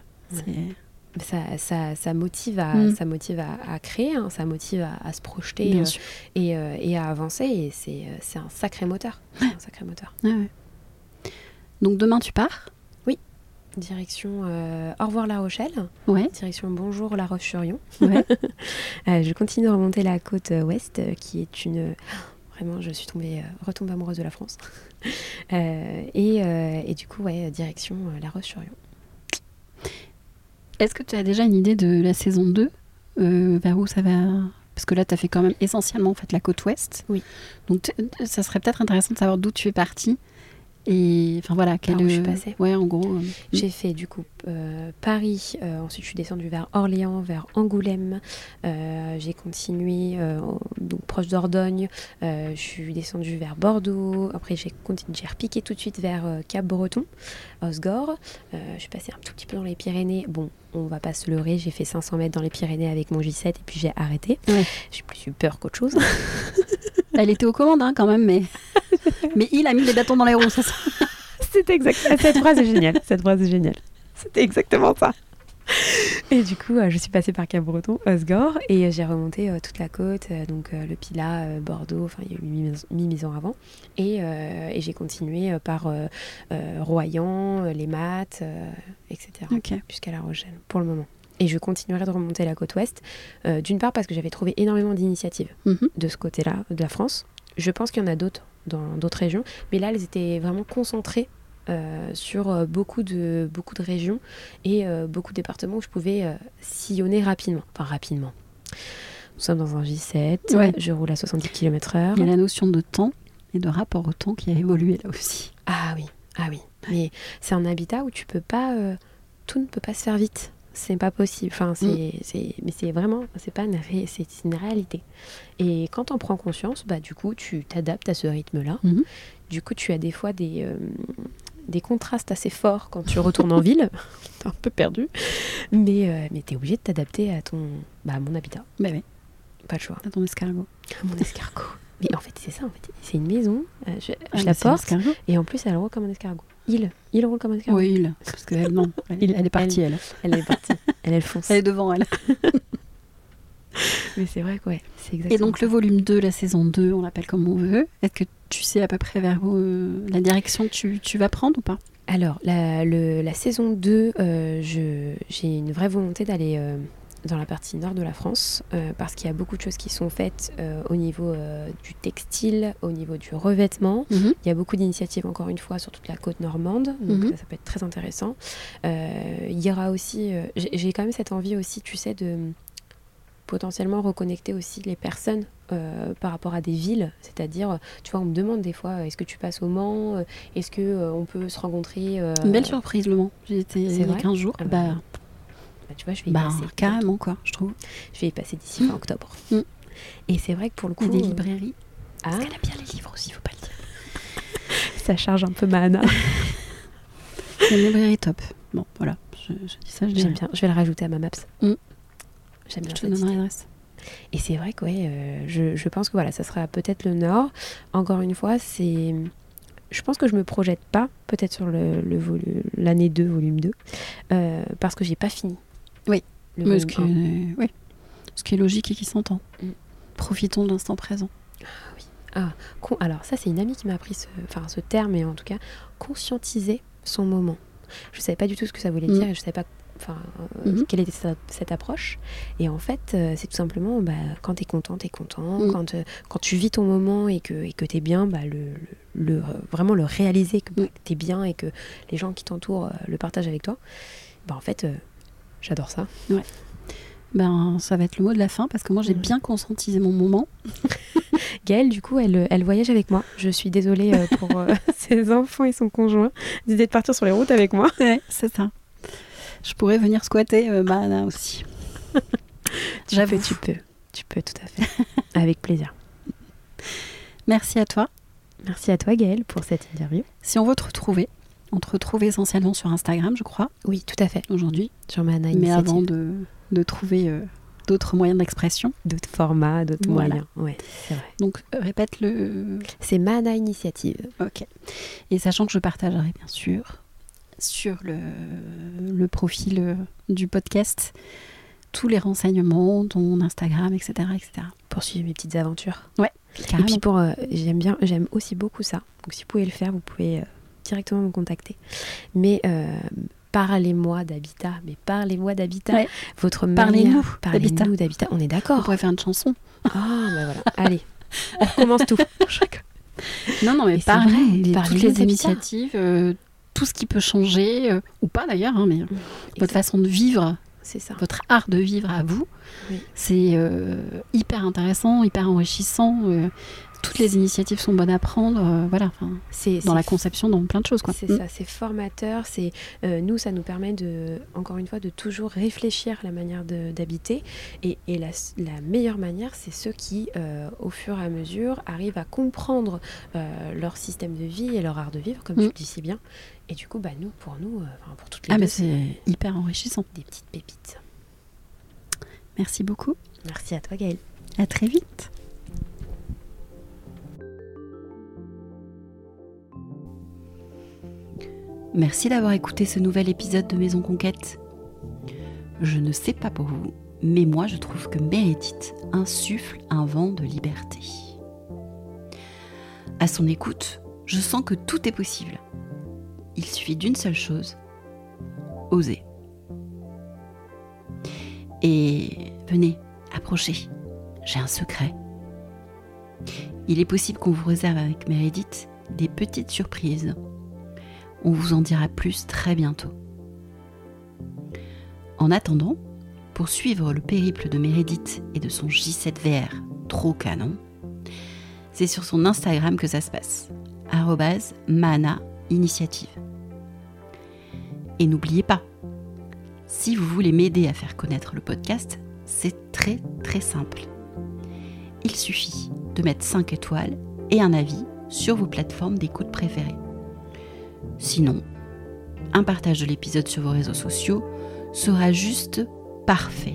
Ça motive à créer, ça motive à se projeter et à avancer, et c'est un sacré moteur. C'est un sacré moteur. Ouais. Donc demain tu pars ? Oui. Direction au revoir La Rochelle. Ouais. Direction bonjour La Roche-sur-Yon. Ouais. Je continue de remonter la côte ouest, qui est une... Vraiment, je suis retombée amoureuse de la France. Et du coup, direction La Roche-sur-Yon. Est-ce que tu as déjà une idée de la saison 2 vers où ça va ? Parce que là, tu as fait quand même essentiellement en fait, la côte ouest. Oui. Donc, ça serait peut-être intéressant de savoir d'où tu es partie. Et enfin voilà, où je suis passée. Ouais, en gros. J'ai fait du coup Paris, ensuite je suis descendue vers Orléans, vers Angoulême, j'ai continué donc proche d'Ordogne, je suis descendue vers Bordeaux, après j'ai repiqué tout de suite vers Cap-Breton, Osgore, je suis passée un tout petit peu dans les Pyrénées. Bon, on va pas se leurrer, j'ai fait 500 mètres dans les Pyrénées avec mon J7 et puis j'ai arrêté. Ouais. J'ai plus eu peur qu'autre chose. Elle était aux commandes quand même, mais il a mis les bâtons dans les roues, c'est ça. C'est exact. Cette phrase est géniale. C'était exactement ça. Et du coup, je suis passée par Cap-Breton, Osgore, et j'ai remonté toute la côte, donc le Pilat, Bordeaux, enfin il y a eu Mi-Maison avant, et j'ai continué par Royan, les Maths, etc. Ok. Jusqu'à La Rochelle, pour le moment. Et je continuerai de remonter la côte ouest, d'une part parce que j'avais trouvé énormément d'initiatives de ce côté-là, de la France. Je pense qu'il y en a d'autres dans d'autres régions, mais là, elles étaient vraiment concentrées sur beaucoup de régions et beaucoup de départements où je pouvais sillonner rapidement. Enfin, rapidement. Nous sommes dans un J7, Ouais. je roule à 70 km/h. Il y a la notion de temps et de rapport au temps qui a évolué là aussi. Ah oui. Mais c'est un habitat où tu peux pas... tout ne peut pas se faire vite. C'est pas possible. Enfin, mais c'est vraiment... C'est une réalité. Et quand on prend conscience, bah, du coup, tu t'adaptes à ce rythme-là. Du coup, tu as des fois des contrastes assez forts quand tu retournes en ville. T'es un peu perdu. Mais t'es obligé de t'adapter à mon habitat. Bah oui. Pas le choix. À ton escargot. À mon escargot. Mais en fait, c'est ça. En fait. C'est une maison. Je la porte. Et en plus, elle roule comme un escargot. Il roule comme un escargot. Oui, il. Parce qu'elle, non. Elle est partie, elle. Elle est partie. Elle fonce. Elle est devant, elle. Mais c'est vrai que ouais, c'est exactement. Et donc, le volume 2, la saison 2, on l'appelle comme on veut. Est-ce que tu sais à peu près vers où la direction que tu vas prendre ou pas ? Alors, la saison 2, j'ai une vraie volonté d'aller dans la partie nord de la France, parce qu'il y a beaucoup de choses qui sont faites au niveau du textile, au niveau du revêtement. Il y a beaucoup d'initiatives, encore une fois, sur toute la côte normande, donc ça peut être très intéressant. Il y aura aussi... j'ai quand même cette envie aussi, tu sais, de potentiellement reconnecter aussi les personnes par rapport à des villes, c'est-à-dire, tu vois, on me demande des fois, est-ce que tu passes au Mans, est-ce que on peut se rencontrer Une belle surprise, le Mans. J'y étais il y a 15 jours. Tu vois, je vais y passer. Carrément, quoi, je trouve. Je vais y passer d'ici fin octobre. Et c'est vrai que pour le coup... des librairies. Parce qu'elle a bien les livres aussi, faut pas le dire. Ça charge un peu ma Anna. C'est une librairie top. Bon, voilà. Je dis ça, j'aime bien. Je vais le rajouter à ma maps. J'aime bien. Je te donnerai l'adresse. Et c'est vrai que je pense que voilà, ça sera peut-être le Nord. Encore une fois, je pense que je me projette pas peut-être sur l'année 2, volume 2, parce que j'ai pas fini. Oui. Ce qui est logique et qui s'entend. Profitons de l'instant présent. Alors ça, c'est une amie qui m'a appris ce terme, et en tout cas conscientiser son moment. Je savais pas du tout ce que ça voulait dire, et je savais pas quelle était cette approche. Et en fait, c'est tout simplement quand t'es content, t'es content. Quand tu vis ton moment et que t'es bien, vraiment le réaliser que t'es bien et que les gens qui t'entourent le partagent avec toi. En fait, j'adore ça. Ouais. Ça va être le mot de la fin, parce que moi j'ai bien conscientisé mon moment. Gaëlle, du coup, elle voyage avec moi. Je suis désolée pour ses enfants et son conjoint d'idée de partir sur les routes avec moi. Ouais, c'est ça. Je pourrais venir squatter Mahana aussi. Tu peux tout à fait. Avec plaisir. Merci à toi. Merci à toi, Gaëlle, pour cette interview. Si on veut te retrouver, on te retrouve essentiellement sur Instagram, je crois. Oui, tout à fait. Aujourd'hui. Sur Mahana Initiative. Mais avant de trouver d'autres moyens d'expression. D'autres formats, d'autres moyens. Ouais, c'est vrai. Donc, répète-le. C'est Mahana Initiative. Ok. Et sachant que je partagerai, bien sûr, sur le profil du podcast, tous les renseignements, ton Instagram, etc. Pour suivre mes petites aventures. Ouais, carrément. Et puis j'aime aussi beaucoup ça. Donc si vous pouvez le faire, vous pouvez directement me contacter. Mais parlez-moi d'habitat. Ouais. Votre Parlez-nous d'habitat. On est d'accord. On pourrait faire une chanson. Voilà. Allez, on recommence tout. Non, mais parlez toutes les initiatives, tout ce qui peut changer, ou pas d'ailleurs, mais votre façon de vivre, c'est ça. Votre art de vivre à vous, c'est hyper intéressant, hyper enrichissant. Toutes les initiatives sont bonnes à prendre, dans la conception, dans plein de choses. C'est ça, c'est formateur. Nous, ça nous permet encore une fois, de toujours réfléchir à la manière d'habiter. Et la meilleure manière, c'est ceux qui, au fur et à mesure, arrivent à comprendre leur système de vie et leur art de vivre, comme tu le dis si bien. Et du coup, pour toutes les deux, c'est hyper enrichissant. Des petites pépites. Merci beaucoup. Merci à toi, Gaëlle. À très vite. Merci d'avoir écouté ce nouvel épisode de Maison Conquête. je ne sais pas pour vous, mais moi je trouve que Meredith insuffle un vent de liberté. À son écoute, je sens que tout est possible. Il suffit d'une seule chose, oser. Et venez, approchez, j'ai un secret. Il est possible qu'on vous réserve avec Meredith des petites surprises. On vous en dira plus très bientôt. En attendant, pour suivre le périple de Meredith et de son J7VR trop canon, c'est sur son Instagram que ça se passe, @mana-initiative. Et n'oubliez pas, si vous voulez m'aider à faire connaître le podcast, c'est très très simple. Il suffit de mettre 5 étoiles et un avis sur vos plateformes d'écoute préférées. Sinon, un partage de l'épisode sur vos réseaux sociaux sera juste parfait.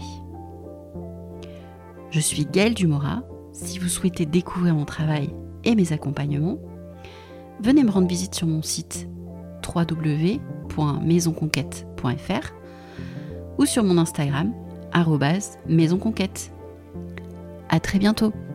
Je suis Gaëlle Dumora. Si vous souhaitez découvrir mon travail et mes accompagnements, venez me rendre visite sur mon site www.maisonconquête.fr ou sur mon Instagram @maisonconquête. À très bientôt.